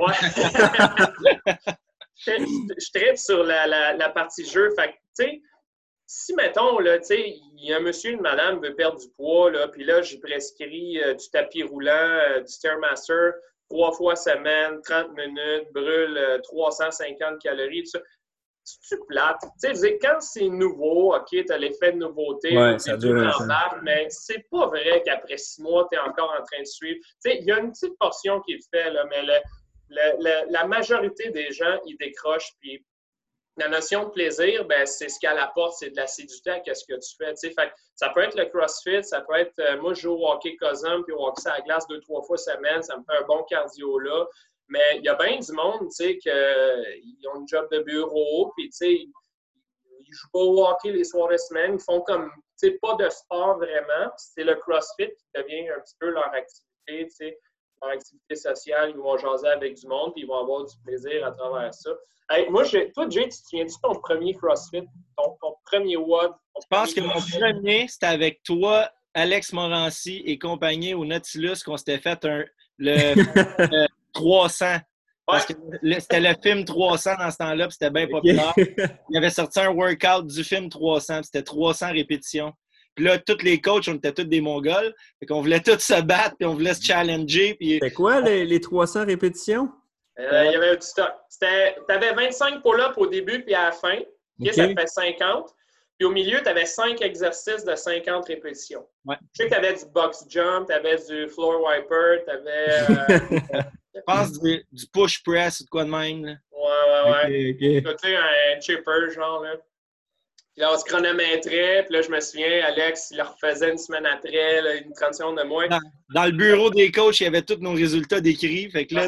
ouais. je, je tripe sur la, la, la partie jeu. Fait que, tu sais, si, mettons, là, tu sais, il y a un monsieur, une madame veut perdre du poids, là, puis là, j'ai prescrit euh, du tapis roulant, euh, du Stairmaster, trois fois semaine, trente minutes, brûle euh, trois cent cinquante calories, tout ça. C'est-tu plate? Tu sais, quand c'est nouveau, OK, tu as l'effet de nouveauté, ouais, ça dure un temps. Mais c'est pas vrai qu'après six mois, tu es encore en train de suivre. Tu sais, il y a une petite portion qui est faite, là, mais le, le, le, la majorité des gens, ils décrochent, puis la notion de plaisir, ben, c'est ce qu'elle apporte, c'est de l'assiduité à ce que tu fais. Fait que ça peut être le CrossFit, ça peut être, euh, moi, je joue au hockey Cosum, puis au hockey à la glace deux, trois fois semaine, ça me fait un bon cardio là. Mais il y a bien du monde, tu sais, qu'ils ont un job de bureau, puis, tu sais, ils ne jouent pas au hockey les soirées semaines, ils font comme, tu sais, pas de sport vraiment. C'est le CrossFit qui devient un petit peu leur activité, tu sais, leur activité sociale. Ils vont jaser avec du monde, puis ils vont avoir du plaisir à travers ça. Hey, moi, je, toi, Jay, tu te souviens-tu de ton premier CrossFit, ton, ton premier W O D? Je pense que mon premier, c'était avec toi, Alex Morancy et compagnie au Nautilus, qu'on s'était fait un, le, le trois cents. Parce Ouais. que c'était le film trois cents dans ce temps-là, puis c'était bien populaire. Il avait sorti un workout du film trois cents, puis c'était trois cents répétitions. Puis là, tous les coachs, on était tous des Mongols. Fait qu'on voulait tous se battre, puis on voulait se challenger. Puis... C'était quoi les, les trois cents répétitions? Euh, il y avait un petit stock. Tu avais vingt-cinq pull-ups au début, puis à la fin. Okay. Ça fait cinquante. Puis au milieu, tu avais cinq exercices de cinquante répétitions. Ouais. Je sais que tu avais du box jump, tu avais du floor wiper, tu avais. Euh... Je pense du, du push press ou de quoi de même. Là. Ouais, ouais, ouais. Okay, okay. Tu sais, un chipper, genre, là. Puis là, on se chronométrait, puis là, je me souviens, Alex, il le refaisait une semaine après, là, une trente secondes de moins. Dans, dans le bureau des coachs, il y avait tous nos résultats décrits. Fait que là,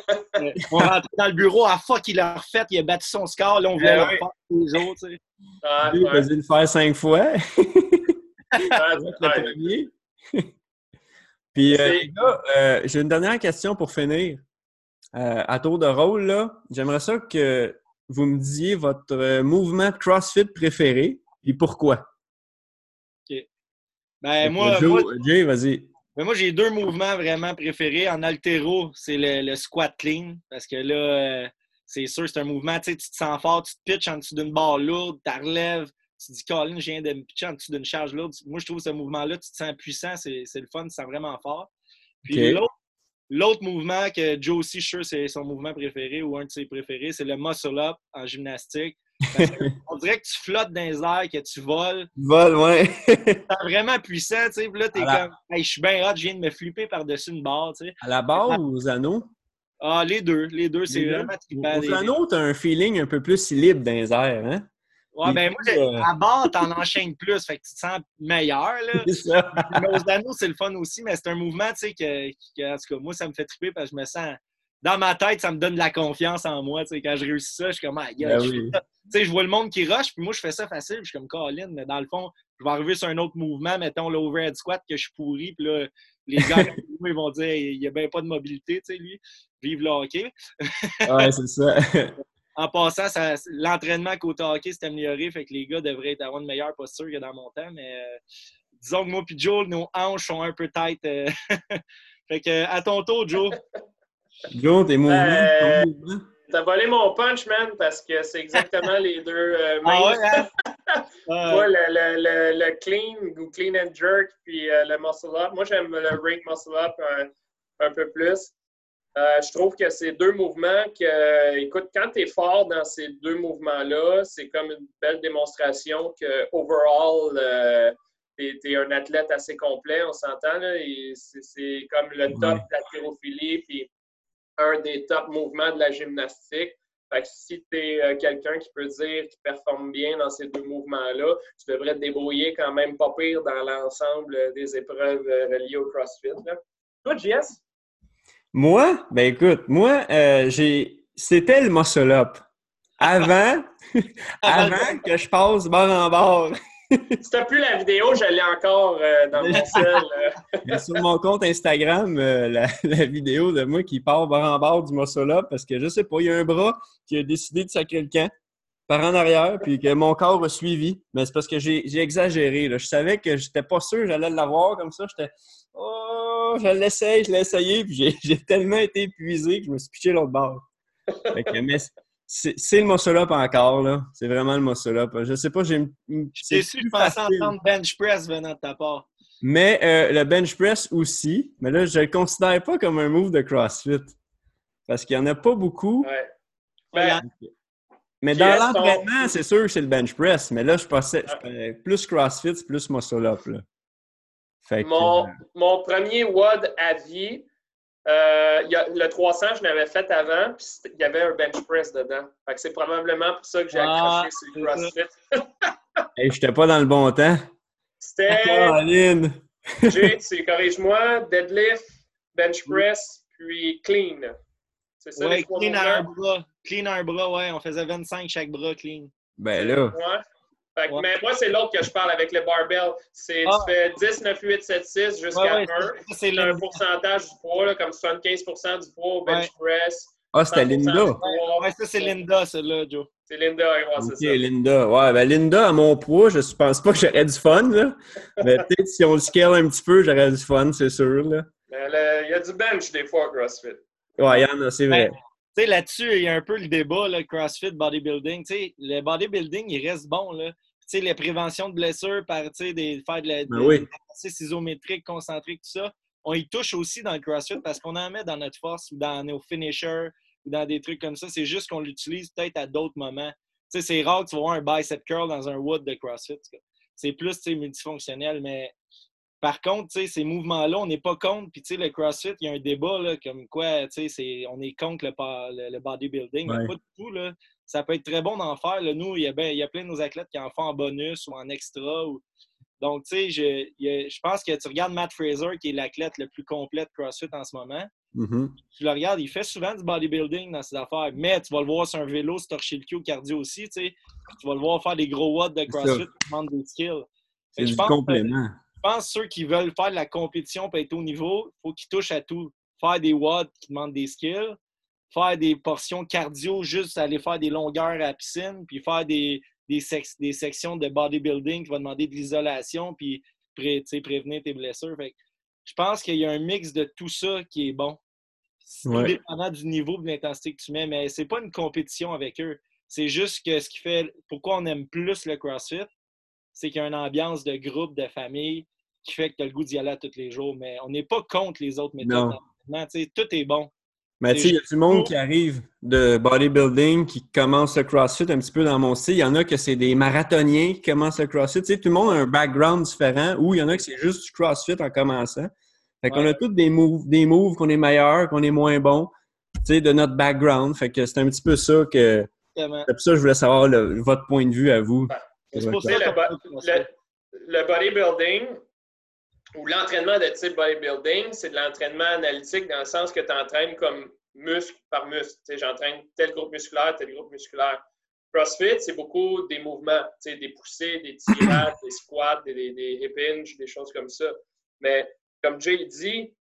on rentrait dans le bureau, à fuck, il l'a refait, il a battu son score, là, on voulait ah, le oui. refaire tous les jours, tu sais. Ah, il ouais. faisait le faire cinq fois. Ah, le premier. Puis, euh, les gars, euh, j'ai une dernière question pour finir. Euh, à tour de rôle, là, j'aimerais ça que vous me disiez votre euh, mouvement de CrossFit préféré et pourquoi. OK. Ben, Donc, moi, Joe, moi, Jay, vas-y. Ben moi, j'ai deux mouvements vraiment préférés. En haltéro, c'est le, le squat clean. Parce que là, euh, c'est sûr, c'est un mouvement, tu sais, tu te sens fort, tu te pitches en dessous d'une barre lourde, tu relèves, tu te dis, Colin, je viens de me pitcher en dessous d'une charge lourde. Moi, je trouve ce mouvement-là, tu te sens puissant, c'est, c'est le fun, tu te sens vraiment fort. Puis okay. l'autre, l'autre mouvement que Joe aussi, je suis sûr, c'est son mouvement préféré ou un de ses préférés, c'est le muscle-up en gymnastique. Parce que on dirait que tu flottes dans les airs, que tu voles. Vol, ouais. C'est vraiment puissant, tu sais. Puis là, t'es la... comme, hey, je suis bien hot, je viens de me flipper par-dessus une barre, tu sais. À la barre ou aux anneaux? Ah, les deux. Les deux, c'est les vraiment deux. trippant. Aux anneaux, t'as un feeling un peu plus libre dans les airs, hein? Ouais, ben moi, euh... à barre, t'en enchaînes plus, fait que tu te sens meilleur, là. C'est ça. Aux anneaux, c'est le fun aussi, mais c'est un mouvement, tu sais, que, que, en tout cas, moi, ça me fait triper parce que je me sens... Dans ma tête, ça me donne de la confiance en moi, tu sais. Quand je réussis ça, je suis comme, ah, gars, ben je oui. Tu sais, je vois le monde qui rush, puis moi, je fais ça facile, je suis comme, Colin, mais dans le fond, je vais arriver sur un autre mouvement, mettons l'overhead squat, que je suis pourri, puis là, les gars, ils vont dire, il n'y a bien pas de mobilité, tu sais, lui. Vive le hockey. Ouais, c'est ça. En passant, ça, l'entraînement côté hockey s'est amélioré, fait que les gars devraient avoir une meilleure posture que dans mon temps, mais euh, disons que moi et Joe, nos hanches sont un peu tight. Euh... fait que, à ton tour, Joe. Joe, tes mouvements, euh, ton mouvement. T'as volé mon punch, man, parce que c'est exactement les deux euh, ah ouais, hein? Moi, le, le, le, le clean ou clean and jerk, puis euh, le muscle up. Moi, j'aime le rake muscle up euh, un peu plus. Euh, je trouve que c'est deux mouvements que, euh, écoute, quand tu es fort dans ces deux mouvements-là, c'est comme une belle démonstration que, overall, euh, tu es un athlète assez complet, on s'entend, là, et c'est comme le top de l'haltérophilie, puis un des top mouvements de la gymnastique. Fait que si tu es euh, quelqu'un qui peut dire qu'il performe bien dans ces deux mouvements-là, tu devrais te débrouiller quand même pas pire dans l'ensemble des épreuves euh, reliées au CrossFit. Là. Toi, J S? Moi? Ben écoute, moi, euh, j'ai c'était le muscle-up. Avant, avant que je passe bord en bord. Si t'as plus la vidéo, je l'ai encore euh, dans mon sel. Euh. Sur mon compte Instagram, euh, la, la vidéo de moi qui part bord en bord du muscle-up parce que je sais pas, il y a un bras qui a décidé de sacrer le camp par en arrière puis que mon corps a suivi. Mais c'est parce que j'ai exagéré. Là. Je savais que j'étais pas sûr que j'allais l'avoir comme ça. J'étais « Oh, je l'essaye, je l'ai essayé. » Puis j'ai tellement été épuisé que je me suis piché l'autre bord. Fait que, mais c'est le muscle-up encore, là. C'est vraiment le muscle-up. Je sais pas, j'ai une... Je t'ai su, je pensais entendre bench press venant de ta part. Mais euh, le bench press aussi. Mais là, je le considère pas comme un move de CrossFit. Parce qu'il y en a pas beaucoup. Ouais. Ben, mais dans l'entraînement, c'est sûr que c'est le bench press. Mais là, je pensais, je, plus CrossFit, c'est plus muscle-up, là. Fait que, mon, euh... mon premier W O D à vie, euh, y a, le trois cents, je l'avais fait avant, puis il y avait un bench press dedans. Fait que c'est probablement pour ça que j'ai accroché ah, sur le CrossFit. Hey, j'étais pas dans le bon temps. C'était... J'ai, corrige-moi, deadlift, bench press, puis clean. C'est ça, ouais, clean à un bras. Clean à un bras, ouais. On faisait vingt-cinq chaque bras clean. Ben là. Ouais. Fait que, ouais. Mais moi, c'est l'autre que je parle avec le barbell. C'est ah. Tu fais dix, neuf, huit, sept, six jusqu'à ouais, ouais, un. C'est un pourcentage du poids, là, comme soixante-quinze pour cent du poids au bench ouais. press. Ah, c'était Linda. Ouais, ça, c'est Linda, celle-là, Joe. C'est Linda, ouais, okay, c'est ça. Linda. Ouais, ben Linda, à mon poids, je pense pas que j'aurais du fun, là. Mais peut-être si on le scale un petit peu, j'aurais du fun, c'est sûr, là. Il y a du bench, des fois, au CrossFit. Ouais, il y en a, c'est vrai. Ben, tu sais, là-dessus, il y a un peu le débat, là, CrossFit, bodybuilding. Tu sais, le bodybuilding, il reste bon, là. Tu sais, les préventions de blessures par, tu sais, des, faire de la, ben oui. des isométriques, concentriques, tout ça, on y touche aussi dans le CrossFit parce qu'on en met dans notre force ou dans nos finishers ou dans des trucs comme ça. C'est juste qu'on l'utilise peut-être à d'autres moments. Tu sais, c'est rare que tu vas voir un bicep curl dans un wood de CrossFit. C'est plus, tu sais, multifonctionnel, mais par contre, tu sais, ces mouvements-là, on n'est pas contre. Puis, tu sais, le CrossFit, il y a un débat, là, comme quoi, tu sais, on est contre le, le, le bodybuilding. Ouais. Mais pas du tout, là. Ça peut être très bon d'en faire. Là. Nous, il y, a ben, il y a plein de nos athlètes qui en font en bonus ou en extra. Ou... Donc, tu sais, je, je pense que tu regardes Matt Fraser, qui est l'athlète le plus complet de CrossFit en ce moment. Mm-hmm. Tu le regardes, il fait souvent du bodybuilding dans ses affaires. Mais tu vas le voir sur un vélo, se torcher le cul au cardio aussi, tu sais. Tu vas le voir faire des gros watts de CrossFit qui demandent des skills. C'est du complément. Je pense que ceux qui veulent faire de la compétition pour être au niveau, il faut qu'ils touchent à tout. Faire des watts qui demandent des skills, faire des portions cardio, juste aller faire des longueurs à la piscine, puis faire des, des, sec des sections de bodybuilding qui vont demander de l'isolation, puis pré prévenir tes blessures. Fait que je pense qu'il y a un mix de tout ça qui est bon. C'est ouais. dépendant du niveau de l'intensité que tu mets, mais c'est pas une compétition avec eux. C'est juste que ce qui fait... Pourquoi on aime plus le CrossFit, c'est qu'il y a une ambiance de groupe, de famille, qui fait que tu as le goût d'y aller à tous les jours. Mais on n'est pas contre les autres méthodes. Non. Tout est bon. Mais tu sais, il y a du monde qui arrive de bodybuilding, qui commence le CrossFit un petit peu dans mon style. Il y en a que c'est des marathoniens qui commencent le CrossFit. Tu sais, tout le monde a un background différent, ou il y en a que c'est juste du CrossFit en commençant. Fait qu'on ouais. a tous des moves, des moves qu'on est meilleurs, qu'on est moins bons, tu sais, de notre background. Fait que c'est un petit peu ça que... Exactement. C'est pour ça que je voulais savoir le, votre point de vue à vous. Ben, c'est pour ça le, bo- le, le bodybuilding ou l'entraînement de type bodybuilding, c'est de l'entraînement analytique dans le sens que tu entraînes comme muscle par muscle. Tu sais, j'entraîne tel groupe musculaire, tel groupe musculaire. CrossFit, c'est beaucoup des mouvements, tu sais, des poussées, des tirades, des squats, des, des, des hip hinges, des choses comme ça. Mais comme Jay dit,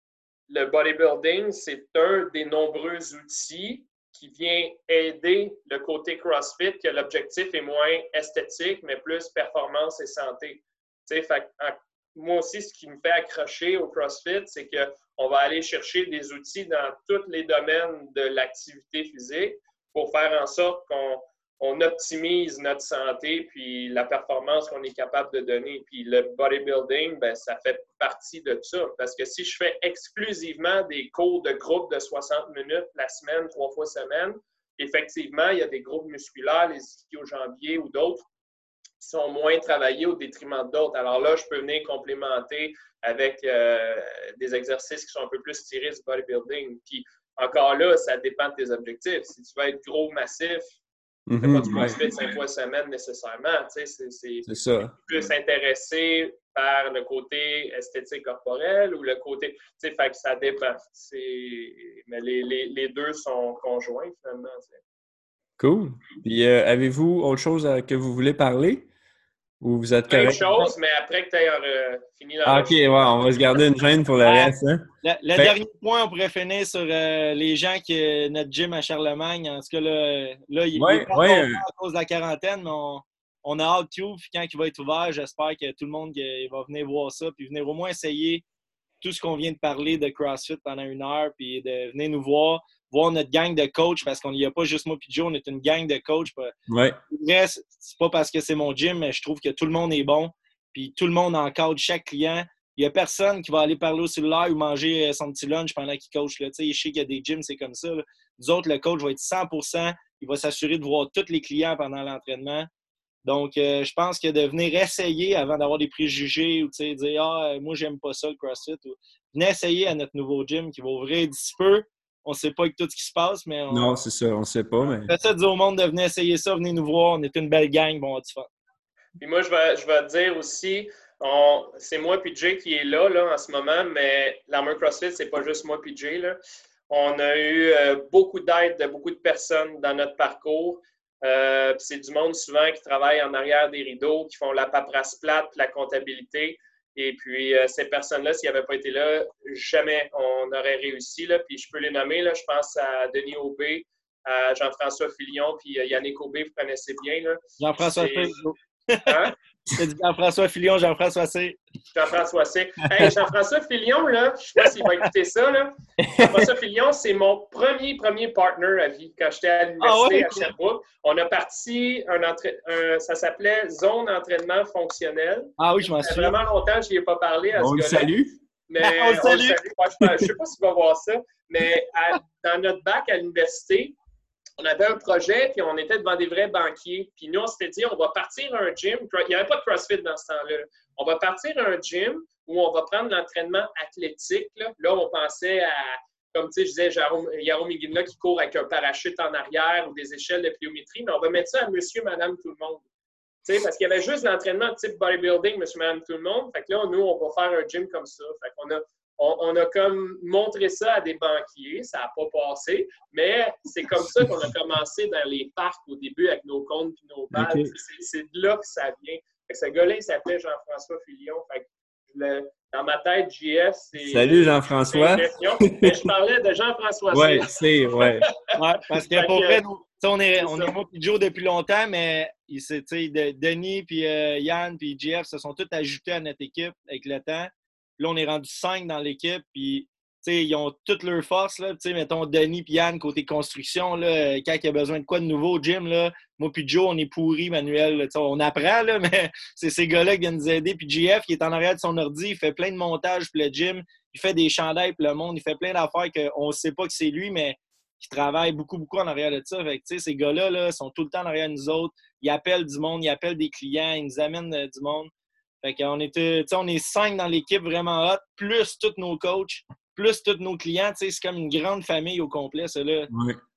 le bodybuilding, c'est un des nombreux outils qui vient aider le côté CrossFit, que l'objectif est moins esthétique, mais plus performance et santé. Tu sais, fait, en, moi aussi, ce qui me fait accrocher au CrossFit, c'est qu'on va aller chercher des outils dans tous les domaines de l'activité physique pour faire en sorte qu'on on optimise notre santé puis la performance qu'on est capable de donner. Puis le bodybuilding, ben, ça fait partie de ça. Parce que si je fais exclusivement des cours de groupe de soixante minutes la semaine, trois fois semaine, effectivement, il y a des groupes musculaires, les ischio-jambiers ou d'autres, qui sont moins travaillés au détriment d'autres. Alors là, je peux venir complémenter avec euh, des exercices qui sont un peu plus tirés du bodybuilding. Puis encore là, ça dépend de tes objectifs. Si tu veux être gros, massif, Mm-hmm, c'est pas du ouais. CrossFit cinq fois semaine nécessairement. Tu sais, c'est, c'est, c'est ça. plus intéressé par le côté esthétique corporel ou le côté. Tu sais, fait que ça dépend. C'est, mais les, les, les deux sont conjoints finalement. Tu sais. Cool. Puis euh, avez-vous autre chose à, que vous voulez parler? Ou vous êtes Plein de correct? choses, mais après que tu aies euh, fini la Ah, ok, ouais, on va se garder une gêne pour le Ah, reste. Hein? Le, le Fait- dernier point, on pourrait finir sur euh, les gens qui euh, notre gym à Charlemagne. En tout cas, là, là il, Ouais, il est pas ouais, encore euh, ouvert à cause de la quarantaine, mais on, on a hâte qu'il ouvre. Puis quand il va être ouvert, j'espère que tout le monde euh, va venir voir ça, puis venir au moins essayer tout ce qu'on vient de parler de CrossFit pendant une heure, puis de venir nous voir, voir notre gang de coachs, parce qu'on n'y a pas juste moi et Joe, on est une gang de coachs. ouais. Vrai, c'est pas parce que c'est mon gym, mais je trouve que tout le monde est bon, puis tout le monde encadre chaque client. Il n'y a personne qui va aller parler au cellulaire ou manger son petit lunch pendant qu'il coach. Là. Je sais qu'il y a des gyms, c'est comme ça. Là. Nous autres, le coach va être cent pour cent. Il va s'assurer de voir tous les clients pendant l'entraînement. Donc, euh, je pense que de venir essayer avant d'avoir des préjugés ou dire « Ah, moi, j'aime pas ça, le CrossFit. » ou venez essayer à notre nouveau gym qui va ouvrir d'ici peu. On ne sait pas avec tout ce qui se passe, mais on, Non, c'est ça, on ne sait pas, mais. on fait ça dire au monde de venir essayer ça, venez nous voir. On est une belle gang, bon, on va du fun. Puis moi, je vais, je vais te dire aussi, on, c'est moi et Jay qui est là, là en ce moment, mais l'Armor CrossFit, c'est pas juste moi et Jay. Là. On a eu euh, beaucoup d'aide de beaucoup de personnes dans notre parcours. Euh, puis c'est du monde souvent qui travaille en arrière des rideaux, qui font la paperasse plate, la comptabilité. Et puis, euh, ces personnes-là, s'ils n'avaient pas été là, jamais on aurait réussi. Là. Puis je peux les nommer, là, je pense à Denis Aubé, à Jean-François Filion, puis Yannick Aubé, vous connaissez bien. Là. Jean-François C'est... Filion. Hein? T'as dit Jean-François Filion, Jean-François C. Jean-François C. Hey, Jean-Françoi Filion, là, je ne sais pas s'il va écouter ça, là. Jean-François Filion, c'est mon premier, premier partner à vie. Quand j'étais à l'université ah ouais? à Sherbrooke, on a parti, un entra... un... ça s'appelait Zone d'entraînement fonctionnel. Ah oui, je m'en souviens. souviens. Vraiment longtemps, je n'y ai pas parlé à On ce le gars-là. salue. Mais on le salue. je ne sais pas s'il va voir ça, mais à... dans notre bac à l'université, on avait un projet, puis on était devant des vrais banquiers. Puis nous, on s'était dit, on va partir un gym. Il n'y avait pas de CrossFit dans ce temps-là. On va partir un gym où on va prendre l'entraînement athlétique. Là, là on pensait à, comme tu sais, je disais, Yaro Miguinla qui court avec un parachute en arrière ou des échelles de pliométrie, mais on va mettre ça à monsieur, madame, tout le monde. Tu sais, parce qu'il y avait juste l'entraînement type bodybuilding, monsieur, madame, tout le monde. Fait que là, nous, on va faire un gym comme ça. Fait qu'on a On, on a comme montré ça à des banquiers, ça n'a pas passé, mais c'est comme ça qu'on a commencé dans les parcs au début avec nos comptes et nos balles. Okay. C'est, c'est de là que ça vient. Fait que ce gars-là, il s'appelait Jean-François Filion. Fait que le, dans ma tête, J F, c'est... Salut Jean-François! Mais je parlais de Jean-François. Oui, c'est, ouais. ouais. Parce que pour vrai, nous, on est, on est moi et Joe depuis longtemps, mais il, de, Denis, puis euh, Yann, puis J F se sont tous ajoutés à notre équipe avec le temps. Là, on est rendu cinq dans l'équipe, puis ils ont toutes leurs forces. Là, mettons Denis et Yann, côté construction, là, quand il y a besoin de quoi de nouveau au gym, là, moi puis Joe, on est pourris, Manuel. Là, on apprend, là, mais c'est ces gars-là qui viennent nous aider. Puis J F, qui est en arrière de son ordi, il fait plein de montages pour le gym, il fait des chandails pour le monde, il fait plein d'affaires qu'on ne sait pas que c'est lui, mais qui travaille beaucoup, beaucoup en arrière de ça. Fait que, ces gars-là là, sont tout le temps en arrière de nous autres. Ils appellent du monde, ils appellent des clients, ils nous amènent euh, du monde. Fait qu'on était, on est cinq dans l'équipe vraiment hot, plus tous nos coachs, plus tous nos clients. C'est comme une grande famille au complet, ça, là. Oui.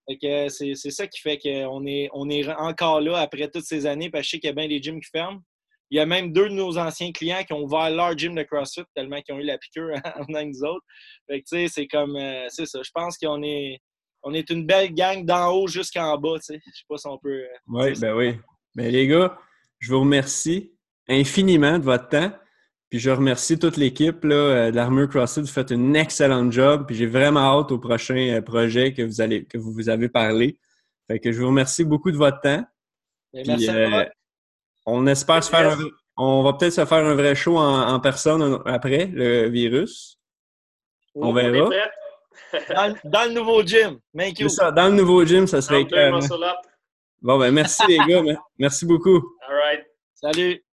Fait que c'est, c'est ça qui fait qu'on est, on est encore là après toutes ces années, parce que je sais qu'il y a bien des gyms qui ferment. Il y a même deux de nos anciens clients qui ont ouvert leur gym de CrossFit tellement qu'ils ont eu la piqûre en venant avec nous autres. Fait que, tu sais, c'est comme... Euh, c'est ça. Je pense qu'on est, on est une belle gang d'en haut jusqu'en bas, tu sais. Je sais pas si on peut... Euh, oui, ben oui. Ben les gars, je vous remercie infiniment de votre temps. Puis je remercie toute l'équipe là, de l'Armure CrossFit. Vous faites un excellent job. Puis j'ai vraiment hâte au prochain projet que vous, allez, que vous vous avez parlé. Fait que je vous remercie beaucoup de votre temps. Puis, merci euh, à toi. On espère se faire un, on va peut-être se faire un vrai show en, en personne après le virus. Oui, on verra. On est dans, dans le nouveau gym. C'est ça, dans le nouveau gym, ça serait clair. Bon, ben merci les gars. Merci beaucoup. All right. Salut.